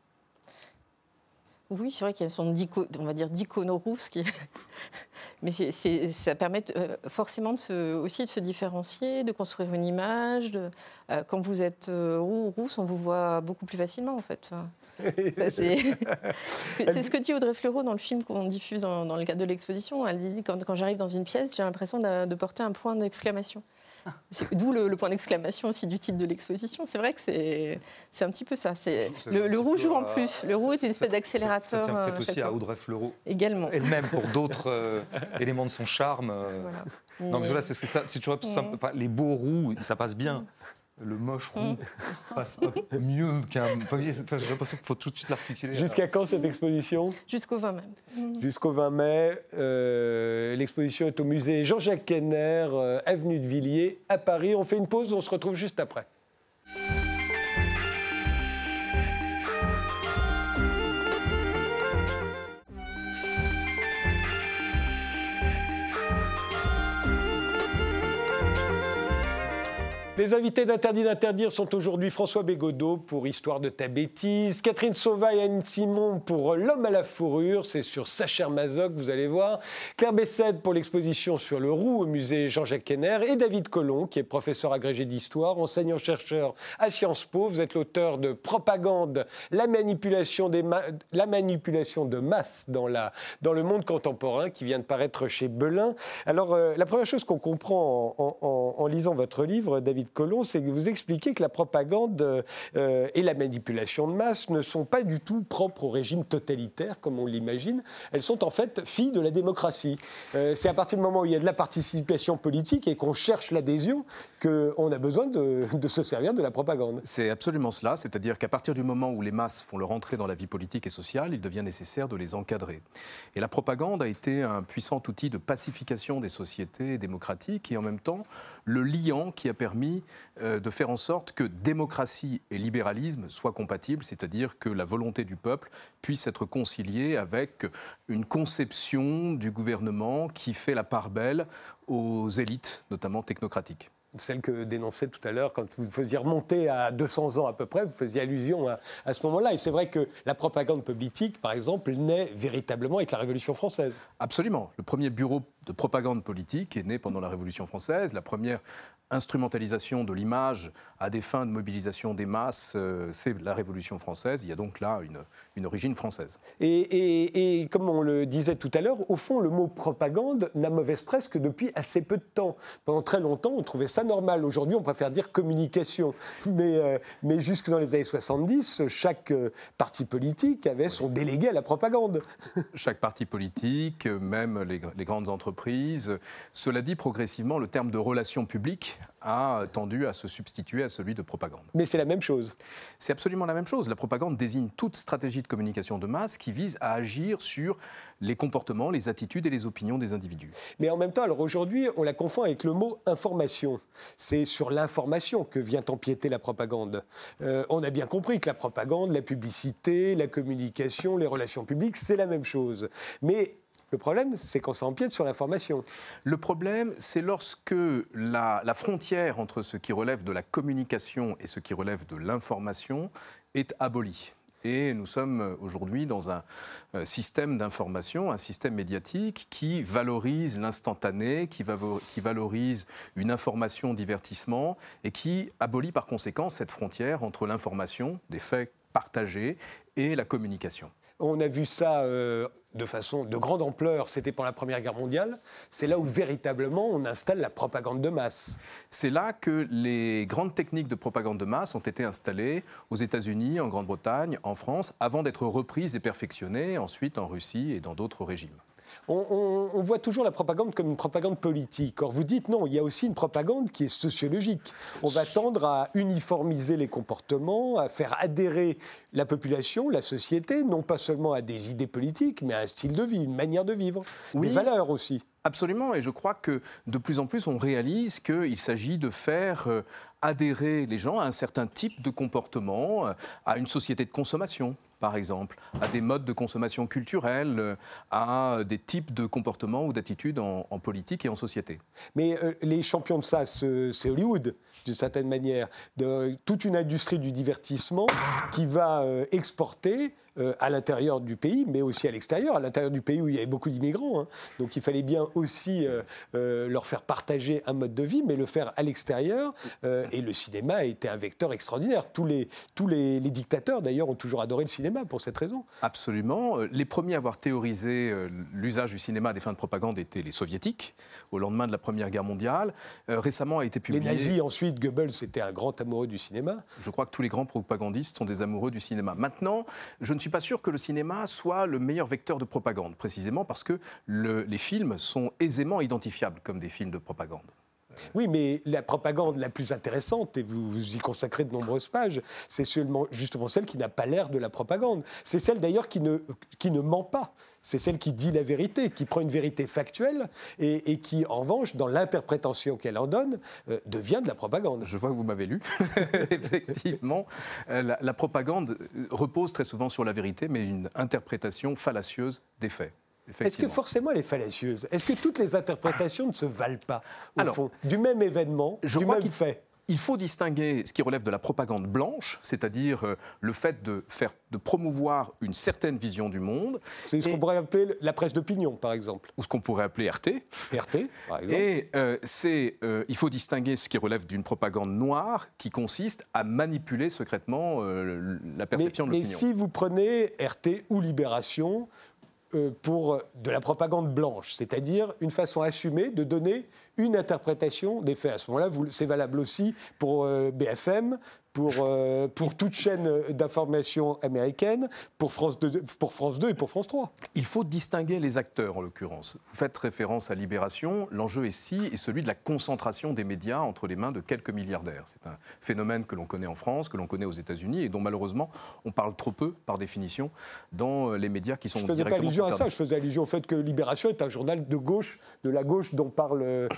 Oui, c'est vrai qu'il y a son on va dire d'icône rousse qui mais c'est, c'est, ça permet euh, forcément de se, aussi de se différencier, de construire une image. De, euh, quand vous êtes euh, roux ou rousse, on vous voit beaucoup plus facilement en fait. Ça, c'est... c'est ce que dit Audrey Fleurot dans le film qu'on diffuse dans, dans le cadre de l'exposition. Elle dit quand, quand j'arrive dans une pièce, j'ai l'impression de, de porter un point d'exclamation. C'est, d'où le, le point d'exclamation aussi du titre de l'exposition. C'est vrai que c'est, c'est un petit peu ça. C'est, le, le roux joue en plus. Le roux est une espèce d'accélérateur. Ça tient peut-être aussi à Audrey Fleurot. Également. Elle-même pour d'autres euh, éléments de son charme. Euh... Voilà. Non, mais voilà, c'est, c'est ça. C'est toujours simple. Enfin, les beaux roux, ça passe bien. Le moche roux mmh. passe pas mieux qu'un... Enfin, j'ai l'impression qu'il faut tout de suite l'articuler. Jusqu'à quand cette exposition ? Jusqu'au vingt mai. Mmh. Jusqu'au vingt mai. Euh, l'exposition est au musée Jean-Jacques Henner, euh, avenue de Villiers, à Paris. On fait une pause, on se retrouve juste après. Les invités d'Interdit d'interdire sont aujourd'hui François Bégodeau pour Histoire de ta bêtise, Catherine Sauva et Anne Simon pour L'homme à la fourrure, c'est sur Sacher Masoch, vous allez voir, Claire Bessède pour l'exposition sur le roux au musée Jean-Jacques Henner et David Colomb qui est professeur agrégé d'histoire, enseignant-chercheur à Sciences Po. Vous êtes l'auteur de Propagande, la manipulation, des ma... la manipulation de masse dans, la... dans le monde contemporain qui vient de paraître chez Belin. Alors, euh, la première chose qu'on comprend en, en, en lisant votre livre, David Colomb, c'est que vous expliquez que la propagande euh, et la manipulation de masse ne sont pas du tout propres au régime totalitaire, comme on l'imagine. Elles sont en fait filles de la démocratie. Euh, c'est à partir du moment où il y a de la participation politique et qu'on cherche l'adhésion qu'on a besoin de, de se servir de la propagande. C'est absolument cela, c'est-à-dire qu'à partir du moment où les masses font leur entrée dans la vie politique et sociale, il devient nécessaire de les encadrer. Et la propagande a été un puissant outil de pacification des sociétés démocratiques et en même temps le liant qui a permis de faire en sorte que démocratie et libéralisme soient compatibles, c'est-à-dire que la volonté du peuple puisse être conciliée avec une conception du gouvernement qui fait la part belle aux élites, notamment technocratiques. Celle que dénonçait tout à l'heure, quand vous faisiez remonter à deux cents ans à peu près, vous faisiez allusion à, à ce moment-là. Et c'est vrai que la propagande politique, par exemple, naît véritablement avec la Révolution française. Absolument. Le premier bureau de propagande politique est né pendant la Révolution française. La première instrumentalisation de l'image à des fins de mobilisation des masses, euh, c'est la Révolution française. Il y a donc là une, une origine française. Et, et, et comme on le disait tout à l'heure, au fond, le mot propagande n'a mauvaise presse que depuis assez peu de temps. Pendant très longtemps, on trouvait ça normal. Aujourd'hui, on préfère dire communication. Mais, euh, mais jusque dans les années soixante-dix, chaque euh, parti politique avait son délégué à la propagande. Chaque parti politique, même les, les grandes entreprises. Cela dit, progressivement, le terme de relations publiques a tendu à se substituer à celui de propagande. Mais c'est la même chose. C'est absolument la même chose. La propagande désigne toute stratégie de communication de masse qui vise à agir sur les comportements, les attitudes et les opinions des individus. Mais en même temps, alors aujourd'hui, on la confond avec le mot information. C'est sur l'information que vient empiéter la propagande. Euh, on a bien compris que la propagande, la publicité, la communication, les relations publiques, c'est la même chose. Mais le problème, c'est quand ça empiète sur l'information. Le problème, c'est lorsque la, la frontière entre ce qui relève de la communication et ce qui relève de l'information est abolie. Et nous sommes aujourd'hui dans un système d'information, un système médiatique qui valorise l'instantané, qui, qui valorise une information divertissement et qui abolit par conséquent cette frontière entre l'information, des faits partagés, et la communication. On a vu ça euh, de façon de grande ampleur, c'était pendant la Première Guerre mondiale. C'est là où véritablement on installe la propagande de masse. C'est là que les grandes techniques de propagande de masse ont été installées aux États-Unis, en Grande-Bretagne, en France, avant d'être reprises et perfectionnées ensuite en Russie et dans d'autres régimes. On, on, on voit toujours la propagande comme une propagande politique. Or, vous dites non, il y a aussi une propagande qui est sociologique. On va tendre à uniformiser les comportements, à faire adhérer la population, la société, non pas seulement à des idées politiques, mais à un style de vie, une manière de vivre, oui, des valeurs aussi. Absolument, et je crois que de plus en plus, on réalise qu'il s'agit de faire adhérer les gens à un certain type de comportement, à une société de consommation, par exemple, à des modes de consommation culturelle, à des types de comportements ou d'attitudes en, en politique et en société. Mais euh, les champions de ça, c'est Hollywood, d'une certaine manière. De, toute une industrie du divertissement qui va euh, exporter euh, à l'intérieur du pays, mais aussi à l'extérieur, à l'intérieur du pays où il y avait beaucoup d'immigrants. Hein. Donc il fallait bien aussi euh, euh, leur faire partager un mode de vie, mais le faire à l'extérieur. Euh, et le cinéma a été un vecteur extraordinaire. Tous les, tous les, les dictateurs, d'ailleurs, ont toujours adoré le cinéma pour cette raison. Absolument. Les premiers à avoir théorisé l'usage du cinéma à des fins de propagande étaient les soviétiques, au lendemain de la Première Guerre mondiale. Euh, récemment a été publié... Les nazis, ensuite, Goebbels était un grand amoureux du cinéma. Je crois que tous les grands propagandistes sont des amoureux du cinéma. Maintenant, je ne suis pas sûr que le cinéma soit le meilleur vecteur de propagande, précisément parce que le, les films sont aisément identifiables comme des films de propagande. Oui, mais la propagande la plus intéressante, et vous, vous y consacrez de nombreuses pages, c'est seulement, justement celle qui n'a pas l'air de la propagande. C'est celle d'ailleurs qui ne, qui ne ment pas. C'est celle qui dit la vérité, qui prend une vérité factuelle et, et qui, en revanche, dans l'interprétation qu'elle en donne, euh, devient de la propagande. Je vois que vous m'avez lu. Effectivement, euh, la, la propagande repose très souvent sur la vérité, mais une interprétation fallacieuse des faits. Est-ce que forcément elle est fallacieuse? Est-ce que toutes les interprétations ne se valent pas, au Alors, fond, du même événement, je du crois même qu'il fait? Il faut distinguer ce qui relève de la propagande blanche, c'est-à-dire euh, le fait de, faire, de promouvoir une certaine vision du monde. C'est ce qu'on pourrait appeler la presse d'opinion, par exemple. Ou ce qu'on pourrait appeler R T. R T, par exemple. Et euh, c'est, euh, il faut distinguer ce qui relève d'une propagande noire qui consiste à manipuler secrètement euh, la perception mais, de l'opinion. Mais si vous prenez R T ou Libération... Euh, pour de la propagande blanche, c'est-à-dire une façon assumée de donner une interprétation des faits. À ce moment-là, c'est valable aussi pour euh, B F M, pour, euh, pour toute chaîne d'information américaine, pour France deux, pour France deux et pour France trois. Il faut distinguer les acteurs, en l'occurrence. Vous faites référence à Libération. L'enjeu ici est celui de la concentration des médias entre les mains de quelques milliardaires. C'est un phénomène que l'on connaît en France, que l'on connaît aux États-Unis et dont, malheureusement, on parle trop peu, par définition, dans les médias qui sont directement concernés. Je ne faisais pas allusion à ça. Je faisais allusion au fait que Libération est un journal de gauche, de la gauche dont parle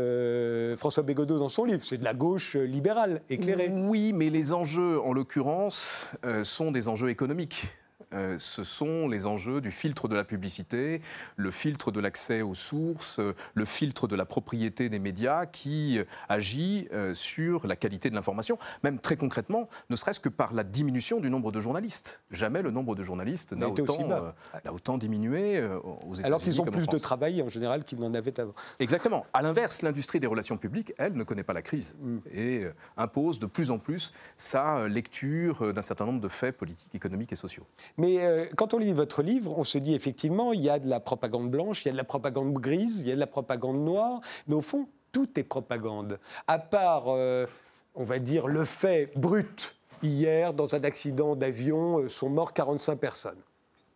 euh, François Bégodeau dans son livre. C'est de la gauche libérale, éclairée. Oui, mais les enjeux, en l'occurrence, euh, sont des enjeux économiques. Euh, ce sont les enjeux du filtre de la publicité, le filtre de l'accès aux sources, euh, le filtre de la propriété des médias qui euh, agit euh, sur la qualité de l'information, même très concrètement, ne serait-ce que par la diminution du nombre de journalistes. Jamais le nombre de journalistes n'a autant, euh, n'a autant diminué euh, aux États-Unis. Alors qu'ils ont plus de travail en général qu'ils n'en avaient avant. Exactement. À l'inverse, l'industrie des relations publiques, elle, ne connaît pas la crise mm. et euh, impose de plus en plus sa lecture euh, d'un certain nombre de faits politiques, économiques et sociaux. Mais euh, quand on lit votre livre, on se dit effectivement, il y a de la propagande blanche, il y a de la propagande grise, il y a de la propagande noire, mais au fond, tout est propagande. À part, euh, on va dire, le fait brut. Hier, dans un accident d'avion, euh, sont morts quarante-cinq personnes.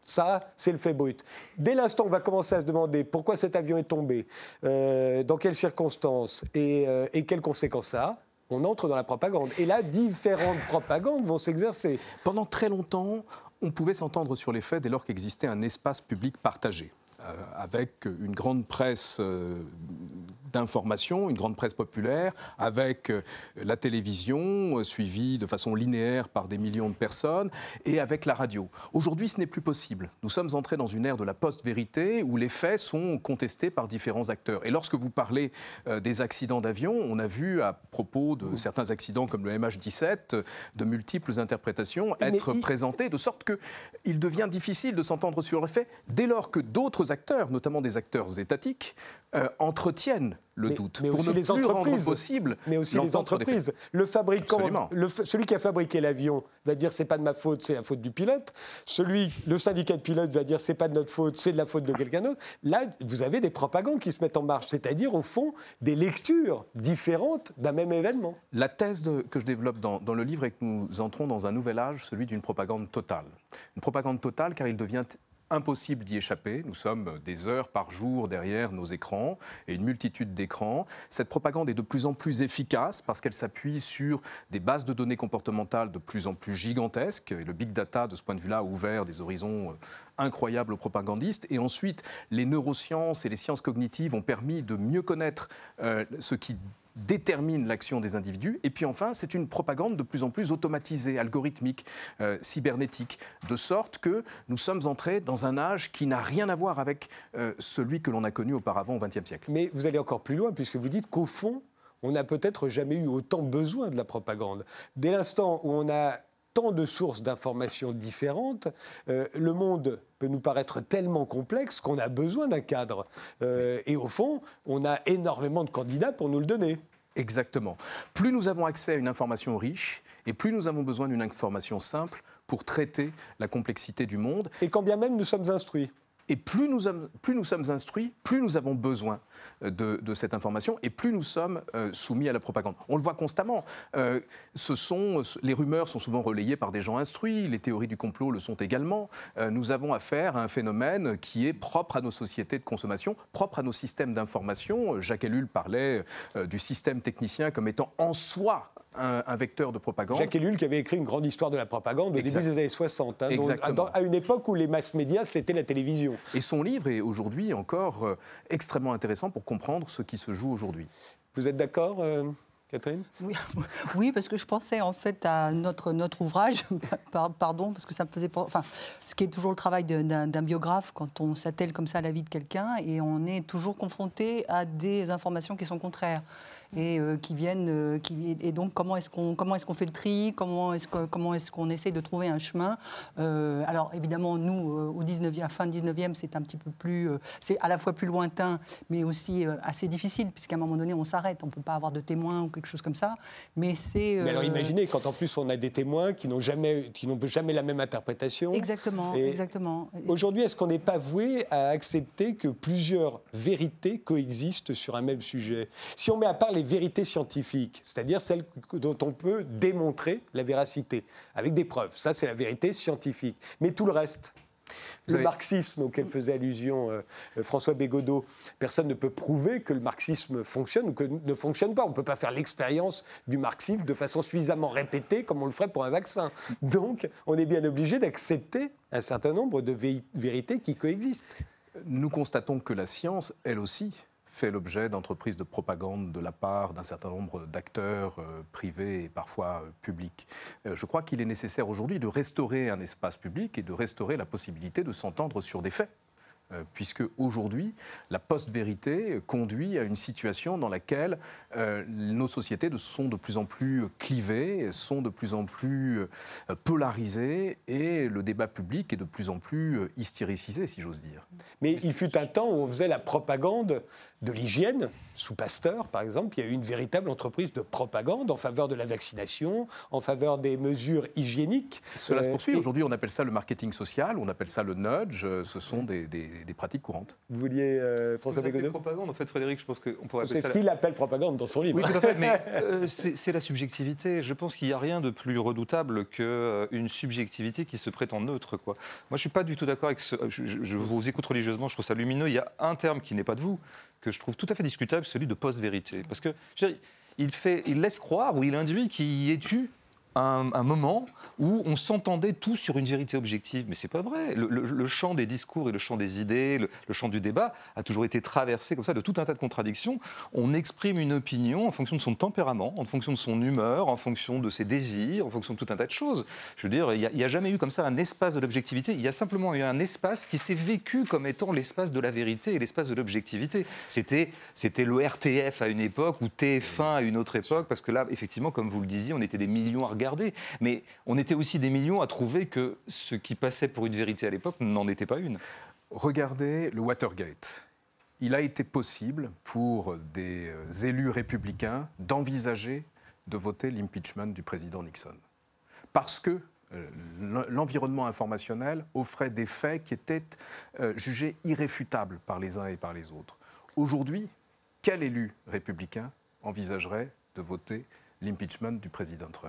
Ça, c'est le fait brut. Dès l'instant où on va commencer à se demander pourquoi cet avion est tombé, euh, dans quelles circonstances et, euh, et quelles conséquences ça a, on entre dans la propagande. Et là, différentes propagandes vont s'exercer. Pendant très longtemps, on pouvait s'entendre sur les faits dès lors qu'existait un espace public partagé, euh, avec une grande presse euh, d'information, une grande presse populaire, avec euh, la télévision, euh, suivie de façon linéaire par des millions de personnes, et avec la radio. Aujourd'hui, ce n'est plus possible. Nous sommes entrés dans une ère de la post-vérité où les faits sont contestés par différents acteurs. Et lorsque vous parlez euh, des accidents d'avion, on a vu à propos de certains accidents comme le M H dix-sept, de multiples interprétations être il... présentées, de sorte qu'il devient difficile de s'entendre sur les faits dès lors que d'autres acteurs, notamment des acteurs étatiques, euh, entretiennent le mais, doute mais pour aussi ne les plus entreprises, rendre possible mais aussi les entreprises. Le fabricant, le, celui qui a fabriqué l'avion va dire c'est pas de ma faute, c'est la faute du pilote. Celui, le syndicat de pilotes va dire c'est pas de notre faute, c'est de la faute de quelqu'un d'autre. Là, vous avez des propagandes qui se mettent en marche, c'est-à-dire au fond des lectures différentes d'un même événement. La thèse de, que je développe dans, dans le livre est que nous entrons dans un nouvel âge, celui d'une propagande totale. Une propagande totale car il devient impossible d'y échapper. Nous sommes des heures par jour derrière nos écrans et une multitude d'écrans. Cette propagande est de plus en plus efficace parce qu'elle s'appuie sur des bases de données comportementales de plus en plus gigantesques. Et le big data, de ce point de vue-là, a ouvert des horizons incroyables aux propagandistes. Et ensuite, les neurosciences et les sciences cognitives ont permis de mieux connaître euh, ce qui détermine l'action des individus. Et puis enfin, c'est une propagande de plus en plus automatisée, algorithmique, euh, cybernétique, de sorte que nous sommes entrés dans un âge qui n'a rien à voir avec euh, celui que l'on a connu auparavant au vingtième siècle. Mais vous allez encore plus loin, puisque vous dites qu'au fond, on n'a peut-être jamais eu autant besoin de la propagande. Dès l'instant où on a tant de sources d'informations différentes, euh, le monde peut nous paraître tellement complexe qu'on a besoin d'un cadre. Euh, et au fond, on a énormément de candidats pour nous le donner. Exactement. Plus nous avons accès à une information riche, et plus nous avons besoin d'une information simple pour traiter la complexité du monde. Et quand bien même nous sommes instruits. Et plus nous, plus nous sommes instruits, plus nous avons besoin de, de cette information et plus nous sommes euh, soumis à la propagande. On le voit constamment. Euh, ce sont, les rumeurs sont souvent relayées par des gens instruits, les théories du complot le sont également. Euh, nous avons affaire à un phénomène qui est propre à nos sociétés de consommation, propre à nos systèmes d'information. Jacques Ellul parlait euh, du système technicien comme étant en soi Un, un vecteur de propagande. Jacques Ellul qui avait écrit une grande histoire de la propagande au exact. début des années soixante, hein, donc, dans, à une époque où les mass médias, c'était la télévision. Et son livre est aujourd'hui encore euh, extrêmement intéressant pour comprendre ce qui se joue aujourd'hui. Vous êtes d'accord, euh, Catherine ? Oui, oui, parce que je pensais en fait à notre, notre ouvrage, pardon, parce que ça me faisait... Enfin, ce qui est toujours le travail d'un, d'un biographe, quand on s'attelle comme ça à la vie de quelqu'un, et on est toujours confronté à des informations qui sont contraires. Et euh, qui viennent, euh, qui, et donc comment est-ce qu'on comment est-ce qu'on fait le tri, comment est-ce que, comment est-ce qu'on essaie de trouver un chemin. Euh, alors évidemment nous euh, au dix-neuvième, fin dix-neuvième, c'est un petit peu plus, euh, c'est à la fois plus lointain, mais aussi euh, assez difficile puisqu'à un moment donné on s'arrête, on peut pas avoir de témoins ou quelque chose comme ça. Mais c'est. Euh... Mais alors imaginez quand en plus on a des témoins qui n'ont jamais, qui n'ont jamais la même interprétation. Exactement, et exactement. Aujourd'hui, est-ce qu'on n'est pas voué à accepter que plusieurs vérités coexistent sur un même sujet ? Si on met à part les vérités scientifiques, c'est-à-dire celles dont on peut démontrer la véracité, avec des preuves. Ça, c'est la vérité scientifique. Mais tout le reste, Vous le avez... marxisme auquel faisait allusion euh, François Bégodeau, personne ne peut prouver que le marxisme fonctionne ou que ne fonctionne pas. On ne peut pas faire l'expérience du marxisme de façon suffisamment répétée comme on le ferait pour un vaccin. Donc, on est bien obligé d'accepter un certain nombre de vé- vérités qui coexistent. Nous constatons que la science, elle aussi, fait l'objet d'entreprises de propagande de la part d'un certain nombre d'acteurs euh, privés et parfois euh, publics. Euh, je crois qu'il est nécessaire aujourd'hui de restaurer un espace public et de restaurer la possibilité de s'entendre sur des faits. Euh, puisque aujourd'hui, la post-vérité conduit à une situation dans laquelle euh, nos sociétés sont de plus en plus clivées, sont de plus en plus euh, polarisées, et le débat public est de plus en plus euh, hystéricisé, si j'ose dire. Mais il fut un temps où on faisait la propagande de l'hygiène, sous Pasteur, par exemple. Il y a eu une véritable entreprise de propagande en faveur de la vaccination, en faveur des mesures hygiéniques. Cela euh, se poursuit. Et... Aujourd'hui, on appelle ça le marketing social, on appelle ça le nudge. Ce sont des... des des pratiques courantes. Vous vouliez, euh, François Vous appelez Bégodeau ? propagande, en fait, Frédéric, je pense qu'on pourrait appeler C'est ça... ce qu'il appelle propagande dans son livre. Oui, tout à fait, mais euh, c'est, c'est la subjectivité. Je pense qu'il n'y a rien de plus redoutable qu'une subjectivité qui se prétend neutre, quoi. Moi, je ne suis pas du tout d'accord avec ce... Je, je, je vous écoute religieusement, je trouve ça lumineux. Il y a un terme qui n'est pas de vous, que je trouve tout à fait discutable, celui de post-vérité. Parce que, je veux dire, il, fait, il laisse croire, ou il induit qu'il y ait eu Un, un moment où on s'entendait tous sur une vérité objective. Mais c'est pas vrai. Le, le, le champ des discours et le champ des idées, le, le champ du débat a toujours été traversé comme ça de tout un tas de contradictions. On exprime une opinion en fonction de son tempérament, en fonction de son humeur, en fonction de ses désirs, en fonction de tout un tas de choses. Je veux dire, il n'y a, a jamais eu comme ça un espace de l'objectivité. Il y a simplement eu un espace qui s'est vécu comme étant l'espace de la vérité et l'espace de l'objectivité. C'était, c'était le R T F à une époque ou T F un à une autre époque, parce que là, effectivement, comme vous le disiez, on était des millions à regarder. Mais on était aussi des millions à trouver que ce qui passait pour une vérité à l'époque n'en était pas une. Regardez le Watergate. Il a été possible pour des élus républicains d'envisager de voter l'impeachment du président Nixon. Parce que l'environnement informationnel offrait des faits qui étaient jugés irréfutables par les uns et par les autres. Aujourd'hui, quel élu républicain envisagerait de voter l'impeachment du président Trump ?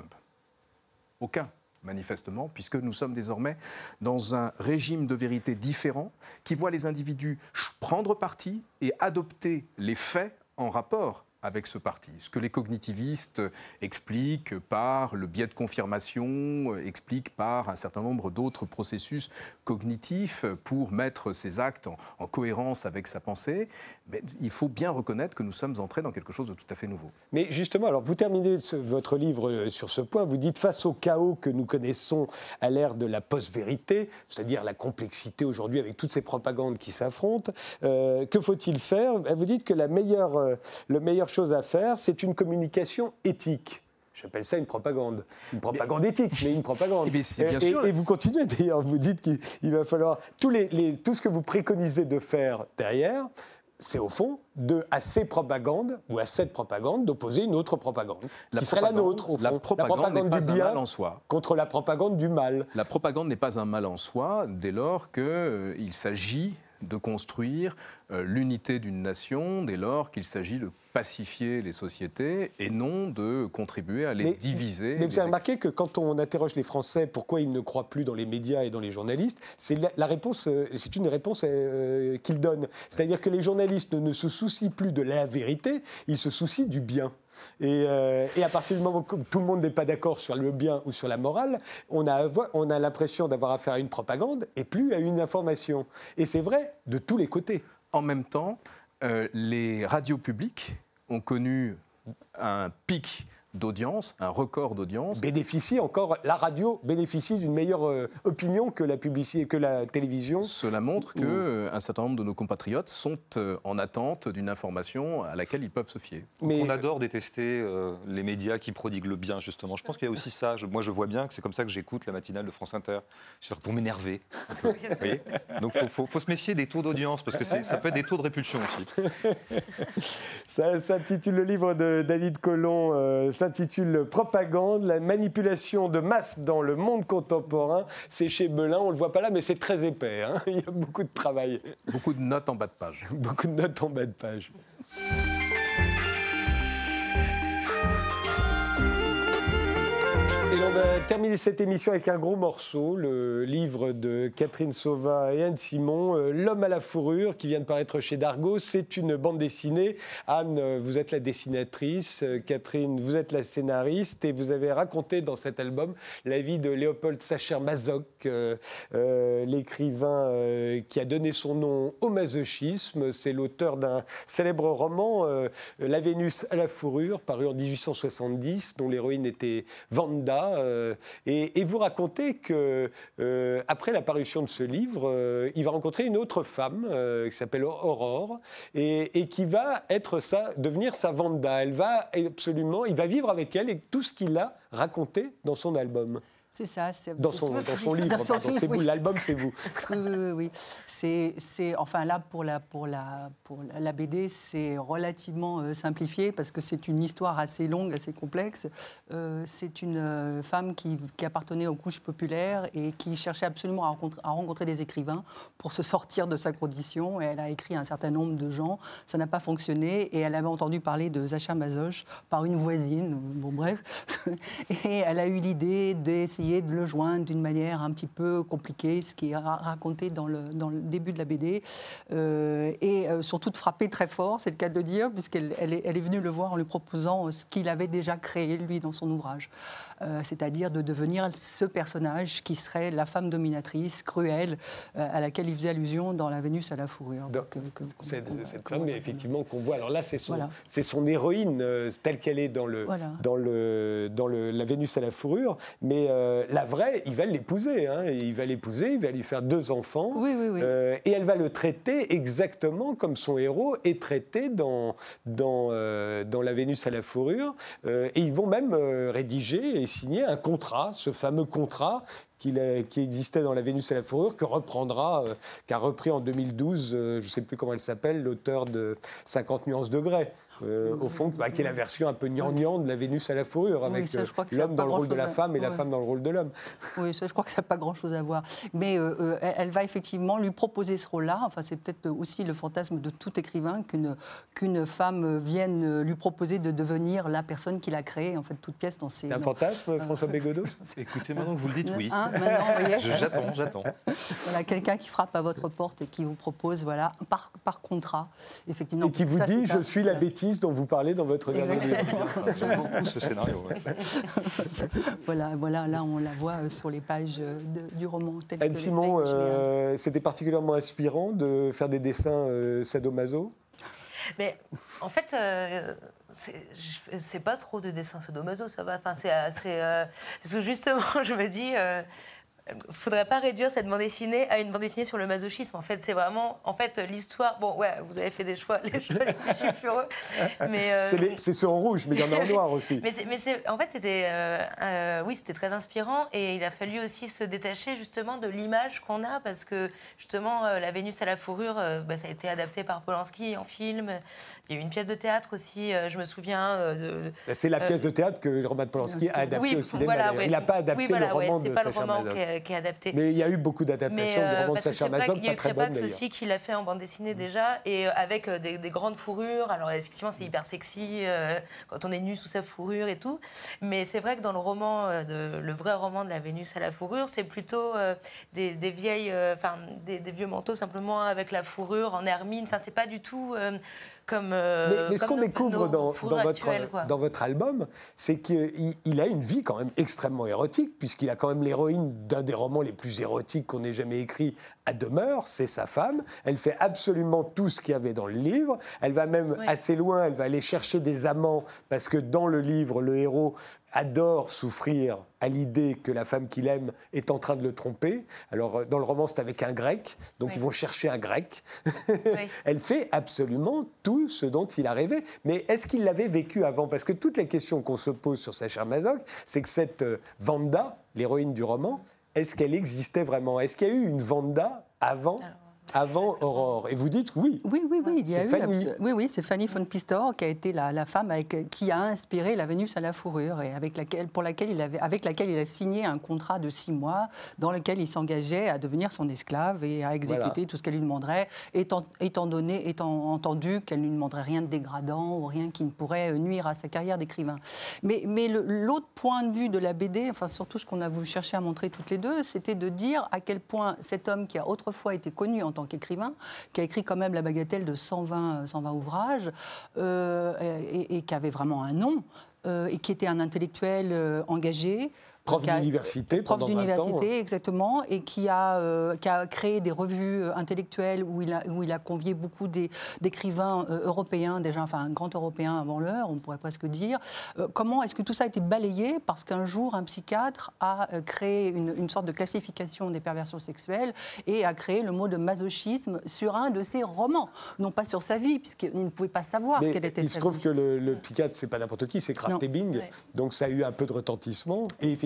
Aucun, manifestement, puisque nous sommes désormais dans un régime de vérité différent qui voit les individus prendre parti et adopter les faits en rapport avec ce parti. Ce que les cognitivistes expliquent par le biais de confirmation, expliquent par un certain nombre d'autres processus cognitifs pour mettre ses actes en, en cohérence avec sa pensée. Mais il faut bien reconnaître que nous sommes entrés dans quelque chose de tout à fait nouveau. Mais justement, alors vous terminez ce, votre livre sur ce point, vous dites « Face au chaos que nous connaissons à l'ère de la post-vérité », c'est-à-dire la complexité aujourd'hui avec toutes ces propagandes qui s'affrontent, euh, que faut-il faire ? Vous dites que la meilleure, euh, la meilleure chose à faire, c'est une communication éthique. J'appelle ça une propagande. Une propagande mais, éthique, mais une propagande. Et, bien et, sûr. et, et vous continuez d'ailleurs, vous dites qu'il va falloir... Tous les, les, tout ce que vous préconisez de faire derrière, c'est au fond de, à ces propagandes, ou à cette propagande, d'opposer une autre propagande, la qui serait la nôtre, au fond. La propagande, la propagande n'est pas du bien un mal en soi. Contre la propagande du mal. La propagande n'est pas un mal en soi, dès lors qu'il euh, s'agit de construire euh, l'unité d'une nation, dès lors qu'il s'agit de pacifier les sociétés et non de contribuer à les mais, diviser. Mais vous avez remarqué que quand on interroge les Français pourquoi ils ne croient plus dans les médias et dans les journalistes, c'est la, la réponse, c'est une réponse euh, qu'ils donnent. C'est-à-dire que les journalistes ne se soucient plus de la vérité, ils se soucient du bien. Et, euh, et à partir du moment où tout le monde n'est pas d'accord sur le bien ou sur la morale, on a, on a l'impression d'avoir affaire à une propagande et plus à une information. Et c'est vrai de tous les côtés. En même temps, euh, les radios publiques ont connu un pic d'audience, un record d'audience. Bénéficie encore, la radio bénéficie d'une meilleure euh, opinion que la publicité, que la télévision. Cela montre qu'un euh, certain nombre de nos compatriotes sont euh, en attente d'une information à laquelle ils peuvent se fier. Mais on adore détester euh, les médias qui prodiguent le bien, justement. Je pense qu'il y a aussi ça. Je, moi, je vois bien que c'est comme ça que j'écoute la matinale de France Inter. C'est-à-dire pour m'énerver. Vous voyez ? Donc, il faut, faut, faut se méfier des taux d'audience, parce que c'est, ça peut être des taux de répulsion aussi. Ça s'intitule, le livre de David Colomb euh, s'intitule « Propagande, la manipulation de masse dans le monde contemporain ». C'est chez Belin, on ne le voit pas là, mais c'est très épais. Hein, il y a beaucoup de travail. Beaucoup de notes en bas de page. Beaucoup de notes en bas de page. Et on va terminer cette émission avec un gros morceau, le livre de Catherine Sauva et Anne Simon, L'homme à la fourrure, qui vient de paraître chez Dargaud. C'est une bande dessinée. Anne, vous êtes la dessinatrice, Catherine, vous êtes la scénariste, et vous avez raconté dans cet album la vie de Léopold Sacher-Masoch, euh, euh, l'écrivain euh, qui a donné son nom au masochisme. C'est l'auteur d'un célèbre roman, euh, La Vénus à la fourrure, paru en dix-huit cent soixante-dix, dont l'héroïne était Vanda. Euh, et, et vous racontez que euh, après la parution de ce livre, euh, il va rencontrer une autre femme euh, qui s'appelle Aurore et, et qui va être sa, devenir sa Vanda. Elle va absolument, il va vivre avec elle et tout ce qu'il a raconté dans son album. C'est ça. C'est, dans, c'est, son, c'est, dans son livre, dans son pardon, livre, c'est oui. vous, l'album c'est vous. Oui, oui, oui. C'est, c'est, enfin là, pour la, pour la, pour la B D, c'est relativement euh, simplifié parce que c'est une histoire assez longue, assez complexe. Euh, c'est une euh, femme qui, qui appartenait aux couches populaires et qui cherchait absolument à rencontrer, à rencontrer des écrivains pour se sortir de sa condition. Et elle a écrit un certain nombre de gens. Ça n'a pas fonctionné et elle avait entendu parler de Sacha Masoch par une voisine. Bon, bref. Et elle a eu l'idée d'essayer de le joindre d'une manière un petit peu compliquée, ce qui est raconté dans le, dans le début de la B D, euh, et euh, surtout de frapper très fort, c'est le cas de le dire, puisqu'elle elle est, elle est venue le voir en lui proposant ce qu'il avait déjà créé, lui, dans son ouvrage. Euh, c'est-à-dire de devenir ce personnage qui serait la femme dominatrice, cruelle, euh, à laquelle il faisait allusion dans La Vénus à la fourrure. Donc, que, que, cette, cette femme, effectivement, qu'on voit. Alors là, c'est son, voilà. c'est son héroïne, euh, telle qu'elle est dans, le, voilà. dans, le, dans le, La Vénus à la fourrure. Mais euh, la vraie, il va l'épouser. Hein, il va l'épouser, il va lui faire deux enfants. Oui, oui, oui. Euh, et elle va le traiter exactement comme son héros est traité dans, dans, euh, dans La Vénus à la fourrure. Euh, et ils vont même euh, rédiger et signer un contrat, ce fameux contrat qui, qui existait dans La Vénus à la fourrure, que reprendra, euh, qu'a repris en deux mille douze, euh, je ne sais plus comment elle s'appelle, l'auteur de cinquante nuances de Grey. Euh, au fond, bah, qui est la version un peu gnangnan de La Vénus à la fourrure, avec oui, ça, euh, l'homme dans le rôle de la femme et à... la ouais. femme dans le rôle de l'homme. Oui, ça, je crois que ça n'a pas grand-chose à voir. Mais euh, euh, elle va effectivement lui proposer ce rôle-là. Enfin, c'est peut-être aussi le fantasme de tout écrivain qu'une, qu'une femme vienne lui proposer de devenir la personne qu'il a créée, en fait, toute pièce dans ses... C'est un fantasme, euh, François Bégodeau? Écoutez, maintenant que vous le dites, oui. Hein, maintenant, vous voyez je, j'attends, j'attends. Voilà, quelqu'un qui frappe à votre porte et qui vous propose, voilà, par, par contrat, effectivement. Et qui vous ça, dit, je un... suis la bêtise dont vous parlez dans votre dernier livre. J'aime beaucoup ce scénario. Ouais. voilà, voilà, là on la voit sur les pages de, du roman. Anne Simon, euh, c'était particulièrement inspirant de faire des dessins euh, sadomaso. Mais en fait, euh, c'est, c'est pas trop de dessins sadomaso, ça va. Enfin, c'est, c'est euh, parce que justement, je me dis. Euh, faudrait pas réduire cette bande dessinée à une bande dessinée sur le masochisme. En fait, c'est vraiment, en fait, l'histoire. Bon, ouais, vous avez fait des choix, les choix les plus sulfureux. Mais euh... c'est, les, c'est ceux en rouge, mais il y en a en noir aussi. mais, c'est, mais c'est, en fait, c'était, euh, euh, oui, c'était très inspirant, et il a fallu aussi se détacher justement de l'image qu'on a, parce que justement, euh, La Vénus à la fourrure, euh, bah, ça a été adapté par Polanski en film. Il y a eu une pièce de théâtre aussi. Euh, je me souviens. Euh, de, c'est la pièce euh, de théâtre que Roman Polanski a adaptée oui, au cinéma. Voilà, ouais. Il n'a pas adapté oui, voilà, le roman ouais, de Sacha Masoch. Qui est adapté. Mais il y a eu beaucoup d'adaptations Mais, euh, du roman de Sacha Masoch, pas très bonnes d'ailleurs. Il y a eu Crépax aussi qui l'a fait en bande dessinée mmh. déjà, et euh, avec euh, des, des grandes fourrures. Alors effectivement, c'est hyper sexy euh, quand on est nu sous sa fourrure et tout. Mais c'est vrai que dans le roman, euh, de, le vrai roman de La Vénus à la fourrure, c'est plutôt euh, des, des vieilles, enfin euh, des, des vieux manteaux simplement avec la fourrure en hermine. Enfin, c'est pas du tout. Euh, Comme, euh, mais, mais ce comme qu'on nos, découvre nos dans, dans, votre, actuels, dans votre album, c'est qu'il il a une vie quand même extrêmement érotique, puisqu'il a quand même l'héroïne d'un des romans les plus érotiques qu'on ait jamais écrit à demeure, c'est sa femme. Elle fait absolument tout ce qu'il y avait dans le livre. Elle va même oui. assez loin, elle va aller chercher des amants, parce que dans le livre, le héros adore souffrir à l'idée que la femme qu'il aime est en train de le tromper. Alors, dans le roman, c'est avec un grec, donc oui. ils vont chercher un grec. Oui. Elle fait absolument tout ce dont il a rêvé. Mais est-ce qu'il l'avait vécu avant? Parce que toutes les questions qu'on se pose sur Sacha Masoch, c'est que cette Vanda, l'héroïne du roman, est-ce qu'elle existait vraiment? Est-ce qu'il y a eu une Vanda avant Alors... Avant Aurore. Et vous dites oui. Oui, oui, oui. Il y a c'est eu Fanny. La, oui, oui, c'est Fanny von Pistor qui a été la, la femme avec, qui a inspiré La Vénus à la fourrure et avec laquelle, pour laquelle il avait, avec laquelle il a signé un contrat de six mois dans lequel il s'engageait à devenir son esclave et à exécuter voilà. tout ce qu'elle lui demanderait, étant, étant donné, étant entendu qu'elle ne lui demanderait rien de dégradant ou rien qui ne pourrait nuire à sa carrière d'écrivain. Mais, mais le, l'autre point de vue de la B D, enfin surtout ce qu'on a voulu chercher à montrer toutes les deux, c'était de dire à quel point cet homme qui a autrefois été connu en tant qu'écrivain, qui a écrit quand même la bagatelle de cent vingt ouvrages, euh, et, et qui avait vraiment un nom, euh, et qui était un intellectuel euh, engagé. Prof d'université pendant vingt ans. Prof d'université, exactement, et qui a, euh, qui a créé des revues intellectuelles où il a, où il a convié beaucoup des, d'écrivains euh, européens, déjà, enfin un grand européen avant l'heure, on pourrait presque dire. Euh, comment est-ce que tout ça a été balayé? Parce qu'un jour, un psychiatre a euh, créé une, une sorte de classification des perversions sexuelles et a créé le mot de masochisme sur un de ses romans, non pas sur sa vie, puisqu'il ne pouvait pas savoir Mais quelle était sa vie. Il se trouve que le, le psychiatre, c'est pas n'importe qui, c'est Kraft Ebing, ouais. donc ça a eu un peu de retentissement, et effectivement,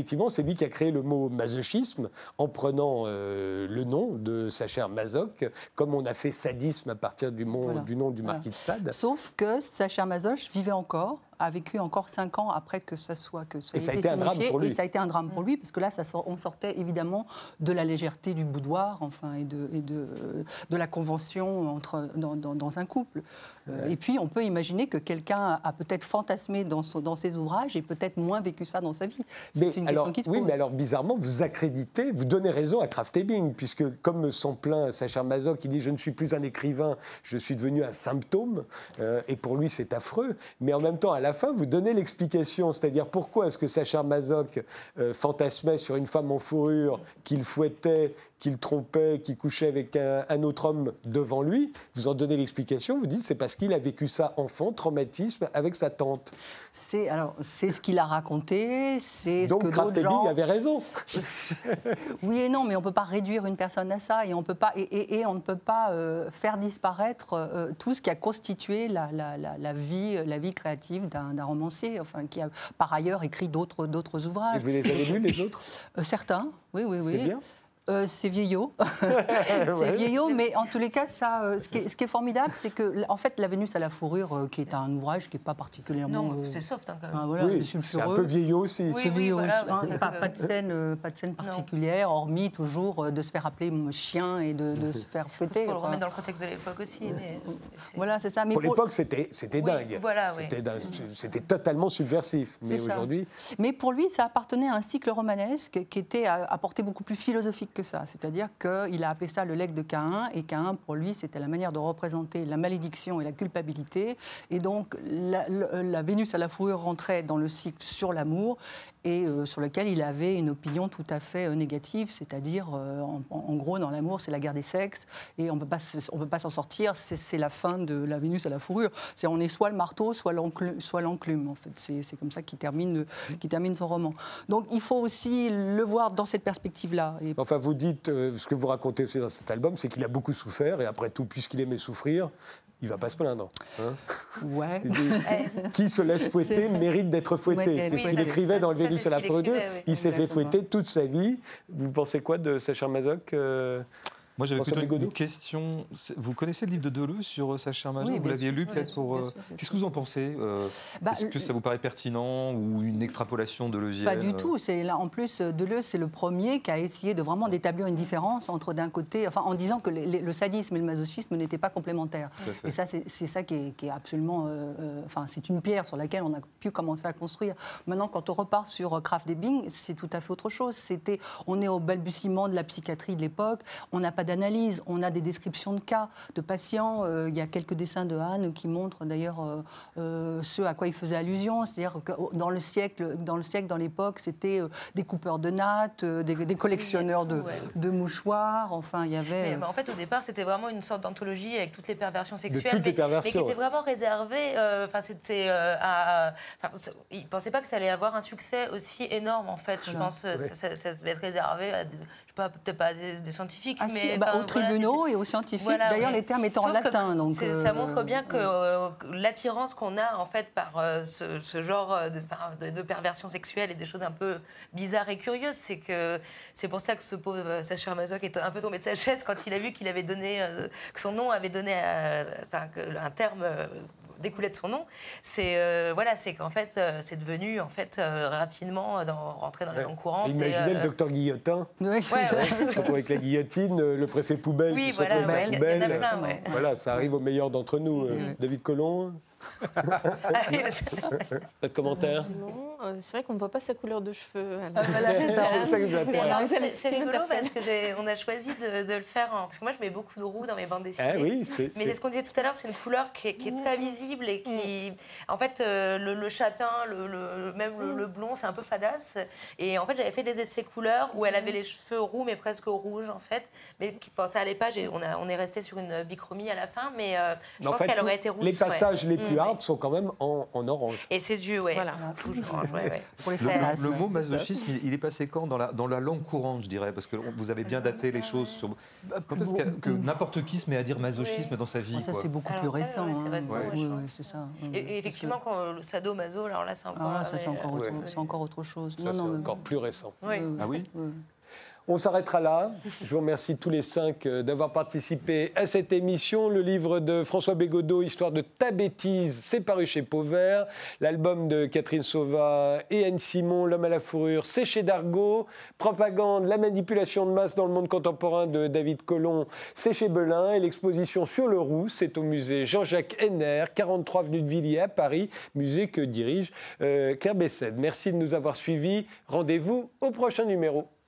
effectivement, c'est lui qui a créé le mot masochisme en prenant euh, le nom de sa chère Mazoch, comme on a fait sadisme à partir du, mot, Voilà. du nom du Voilà. marquis de Sade. Sauf que sa chère Mazoch vivait encore, a vécu encore cinq ans après que ça soit que ça Et ça a été été un drame signifié, pour lui. Et ça a été un drame pour lui, parce que là, ça sort, on sortait évidemment de la légèreté du boudoir, enfin, et de, et de, de la convention entre, dans, dans, dans un couple. Euh, et puis, on peut imaginer que quelqu'un a peut-être fantasmé dans, son, dans ses ouvrages et peut-être moins vécu ça dans sa vie. C'est Mais une alors, question qui se oui, pose. mais alors bizarrement, vous accréditez, vous donnez raison à Krafft Ebing, puisque comme s'en plaint sa chère Mazoch, qui dit « je ne suis plus un écrivain, je suis devenu un symptôme euh, », et pour lui c'est affreux, mais en même temps, à la fin, vous donnez l'explication, c'est-à-dire pourquoi est-ce que sa chère Mazoch euh, fantasmait sur une femme en fourrure qu'il fouettait, qu'il trompait, qu'il couchait avec un, un autre homme devant lui, vous en donnez l'explication, vous dites c'est parce qu'il a vécu ça enfant, traumatisme, avec sa tante. C'est, alors, c'est ce qu'il a raconté, c'est ce Donc que Krafft d'autres Ebing gens... avait raison. Oui et non, mais on ne peut pas réduire une personne à ça et on, peut pas, et, et, et on ne peut pas euh, faire disparaître euh, tout ce qui a constitué la, la, la, la, vie, la vie créative d'un, d'un romancier, enfin, qui a par ailleurs écrit d'autres, d'autres Et ouvrages. vous les avez lus, les autres? Euh, certains, oui, oui, oui. C'est bien. Euh, c'est vieillot, c'est Ouais. vieillot, mais en tous les cas, ça, euh, ce, qui est, ce qui est formidable, c'est que, en fait, La Vénus à la fourrure, euh, qui est un ouvrage qui n'est pas particulièrement. Non, euh, c'est soft hein, quand même. hein, voilà, Oui, sulfureux. c'est un peu vieillot aussi. Oui, C'est vieillot voilà, aussi, hein, ouais, pas, c'est- pas de scène, euh, pas de scène particulière, hormis toujours euh, de se faire appeler chien et de, de se faire Il fouetter. faut le enfin, remettre dans le contexte de l'époque aussi. Mais... Voilà, c'est ça. Mais Pour pour- l'époque, c'était, c'était Oui, dingue. voilà, oui. C'était, dingue. C'était totalement subversif. Mais C'est ça. aujourd'hui, Mais pour lui, ça appartenait à un cycle romanesque qui était à, à portée beaucoup plus philosophique que ça. C'est-à-dire qu'il a appelé ça le legs de Caïn, et Caïn, pour lui, c'était la manière de représenter la malédiction et la culpabilité. Et donc, la, la- la Vénus à la fourrure rentrait dans le cycle sur l'amour, et euh, sur lequel il avait une opinion tout à fait euh, négative, c'est-à-dire, euh, en, en gros, dans l'amour, c'est la guerre des sexes, et on ne peut pas s'en sortir, c'est, c'est la fin de la Vénus à la fourrure. C'est, on est soit le marteau, soit l'enclume, soit l'enclume en fait. C'est, c'est comme ça qu'il termine, qu'il termine son roman. Donc il faut aussi le voir dans cette perspective-là. Et enfin, vous dites, euh, ce que vous racontez aussi dans cet album, c'est qu'il a beaucoup souffert, et après tout, puisqu'il aimait souffrir, il ne va pas se plaindre. Hein. ouais. Il dit, qui se laisse fouetter C'est- mérite d'être fouetté. Oui, C'est ce oui, qu'il ça, écrivait ça, dans le ça, Vénus c'est à la ce qu'il fourrure. écrivait, oui. Il s'est fait Exactement. fouetter toute sa vie. Vous pensez quoi de sa chère Mazoch euh, Moi, j'avais François plutôt une Bégodeau question. C'est- Vous connaissez le livre de Deleuze sur euh, sa chère Mazoch? Oui, Vous bien l'aviez sûr. lu Oui, peut-être bien pour. sûr, euh, bien sûr, bien Qu'est-ce que vous en pensez euh, Bah, Est-ce que ça vous paraît pertinent ou une extrapolation deleuzienne? Pas du tout. C'est là, en plus, Deleuze, c'est le premier qui a essayé de vraiment d'établir une différence entre d'un côté, enfin, en disant que les- les- le sadisme et le masochisme n'étaient pas complémentaires. Tout à fait. Et ça, c'est, c'est ça qui est, qui est absolument, euh, euh, enfin, c'est une pierre sur laquelle on a pu commencer à construire. Maintenant, quand on repart sur euh, Krafft Ebing, c'est tout à fait autre chose. C'était, on est au balbutiement de la psychiatrie de l'époque. On n'a pas d'analyse. On a des descriptions de cas de patients. Euh, il y a quelques dessins de Hahn qui montrent d'ailleurs euh, euh, ce à quoi il faisait allusion. C'est-à-dire que dans le siècle, dans le siècle, dans l'époque, c'était euh, des coupeurs de nattes, euh, des, des collectionneurs de, Ouais. de mouchoirs. Enfin, il y avait. Mais, euh, mais en fait, au départ, c'était vraiment une sorte d'anthologie avec toutes les perversions sexuelles, toutes les mais, perversions, mais qui était ouais. vraiment réservée. euh, Enfin, c'était. Euh, à, enfin, c'est- ils ne pensaient pas que ça allait avoir un succès aussi énorme, en fait. Je Voilà. pense que ça, ça, ça devait être réservé à, de- je sais pas, peut-être pas à des, des scientifiques, Ah, mais si, bah, enfin, aux voilà, tribunaux c'était- et aux scientifiques. Voilà, D'ailleurs, oui. les termes étaient en Sauf que latin. Donc, c'est- euh, ça montre bien que euh, l'attirance qu'on a en fait par euh, ce, ce genre de, enfin, de, de perversion sexuelle et des choses un peu bizarres et curieuses, c'est que c'est pour ça que ce pauvre euh, sa chère Mazoch est un peu tombé de sa chaise quand il a vu qu'il avait donné, euh, que son nom avait donné, à- enfin, que un terme euh, découlait de son nom. C'est euh, voilà, c'est qu'en fait, euh, c'est devenu en fait euh, rapidement dans, rentrer dans la langue courante. et, imaginez le euh, docteur Guillotin, Oui, Ouais, qui se retrouve avec la guillotine, euh, le préfet poubelle Oui, qui se voilà, retrouve avec ouais, la il y en a poubelle. plein, ouais. Voilà, ça arrive aux meilleurs d'entre nous. Euh, David Collomb, ah oui, pas de commentaire? Non, euh, c'est vrai qu'on ne voit pas sa couleur de cheveux. alors. Ah, voilà, c'est ça. C'est ça que j'attends. Alors, c'est- c'est rigolo parce que j'ai- on a choisi de, de le faire en... Parce que moi, je mets beaucoup de roux dans mes bandes dessinées. Ah oui, c'est... Mais c'est- c'est ce qu'on disait tout à l'heure, c'est une couleur qui est, qui est très visible et qui... En fait, euh, le, le châtain, le, le- même le, le blond, c'est un peu fadasse. Et en fait, j'avais fait des essais couleurs où elle avait les cheveux roux, mais presque rouges, en fait. Mais qui, enfin, ça allait pas. j'ai- On, a, on est resté sur une bichromie à la fin, mais euh, je Mais en pense fait, qu'elle tous aurait été rousse. les ouais. passages les Mm. plus hard sont quand même en, en orange. Et c'est du, ouais, Voilà. toujours orange, ouais, ouais. Pour les Le, faire. le- le mot masochisme, il, il est passé quand dans la, dans la langue courante, je dirais, parce que vous avez bien daté les choses sur. Quand est-ce que, que n'importe qui se met à dire masochisme Oui. dans sa vie Ça, quoi. c'est beaucoup Alors plus ça, récent. ouais, c'est hein. récent, Ouais, ouais, oui, je oui, pense. c'est ça. Et, et effectivement, quand le sadomaso, alors là, c'est encore. Ah, ça, c'est ouais, encore, euh, autre, Ouais. c'est encore autre chose. Ça, Non, c'est non, mais- encore plus récent. Oui. Ah oui. oui. On s'arrêtera là. Je vous remercie tous les cinq euh, d'avoir participé à cette émission. Le livre de François Bégodeau, Histoire de ta bêtise, c'est paru chez Pauvert. L'album de Catherine Sauva et Anne Simon, L'homme à la fourrure, c'est chez Dargaud. Propagande, la manipulation de masse dans le monde contemporain de David Colomb, c'est chez Belin. Et l'exposition Sur le Roux, c'est au musée Jean-Jacques Henner, quarante-trois avenue de Villiers à Paris, musée que dirige euh, Claire Bessède. Merci de nous avoir suivis. Rendez-vous au prochain numéro.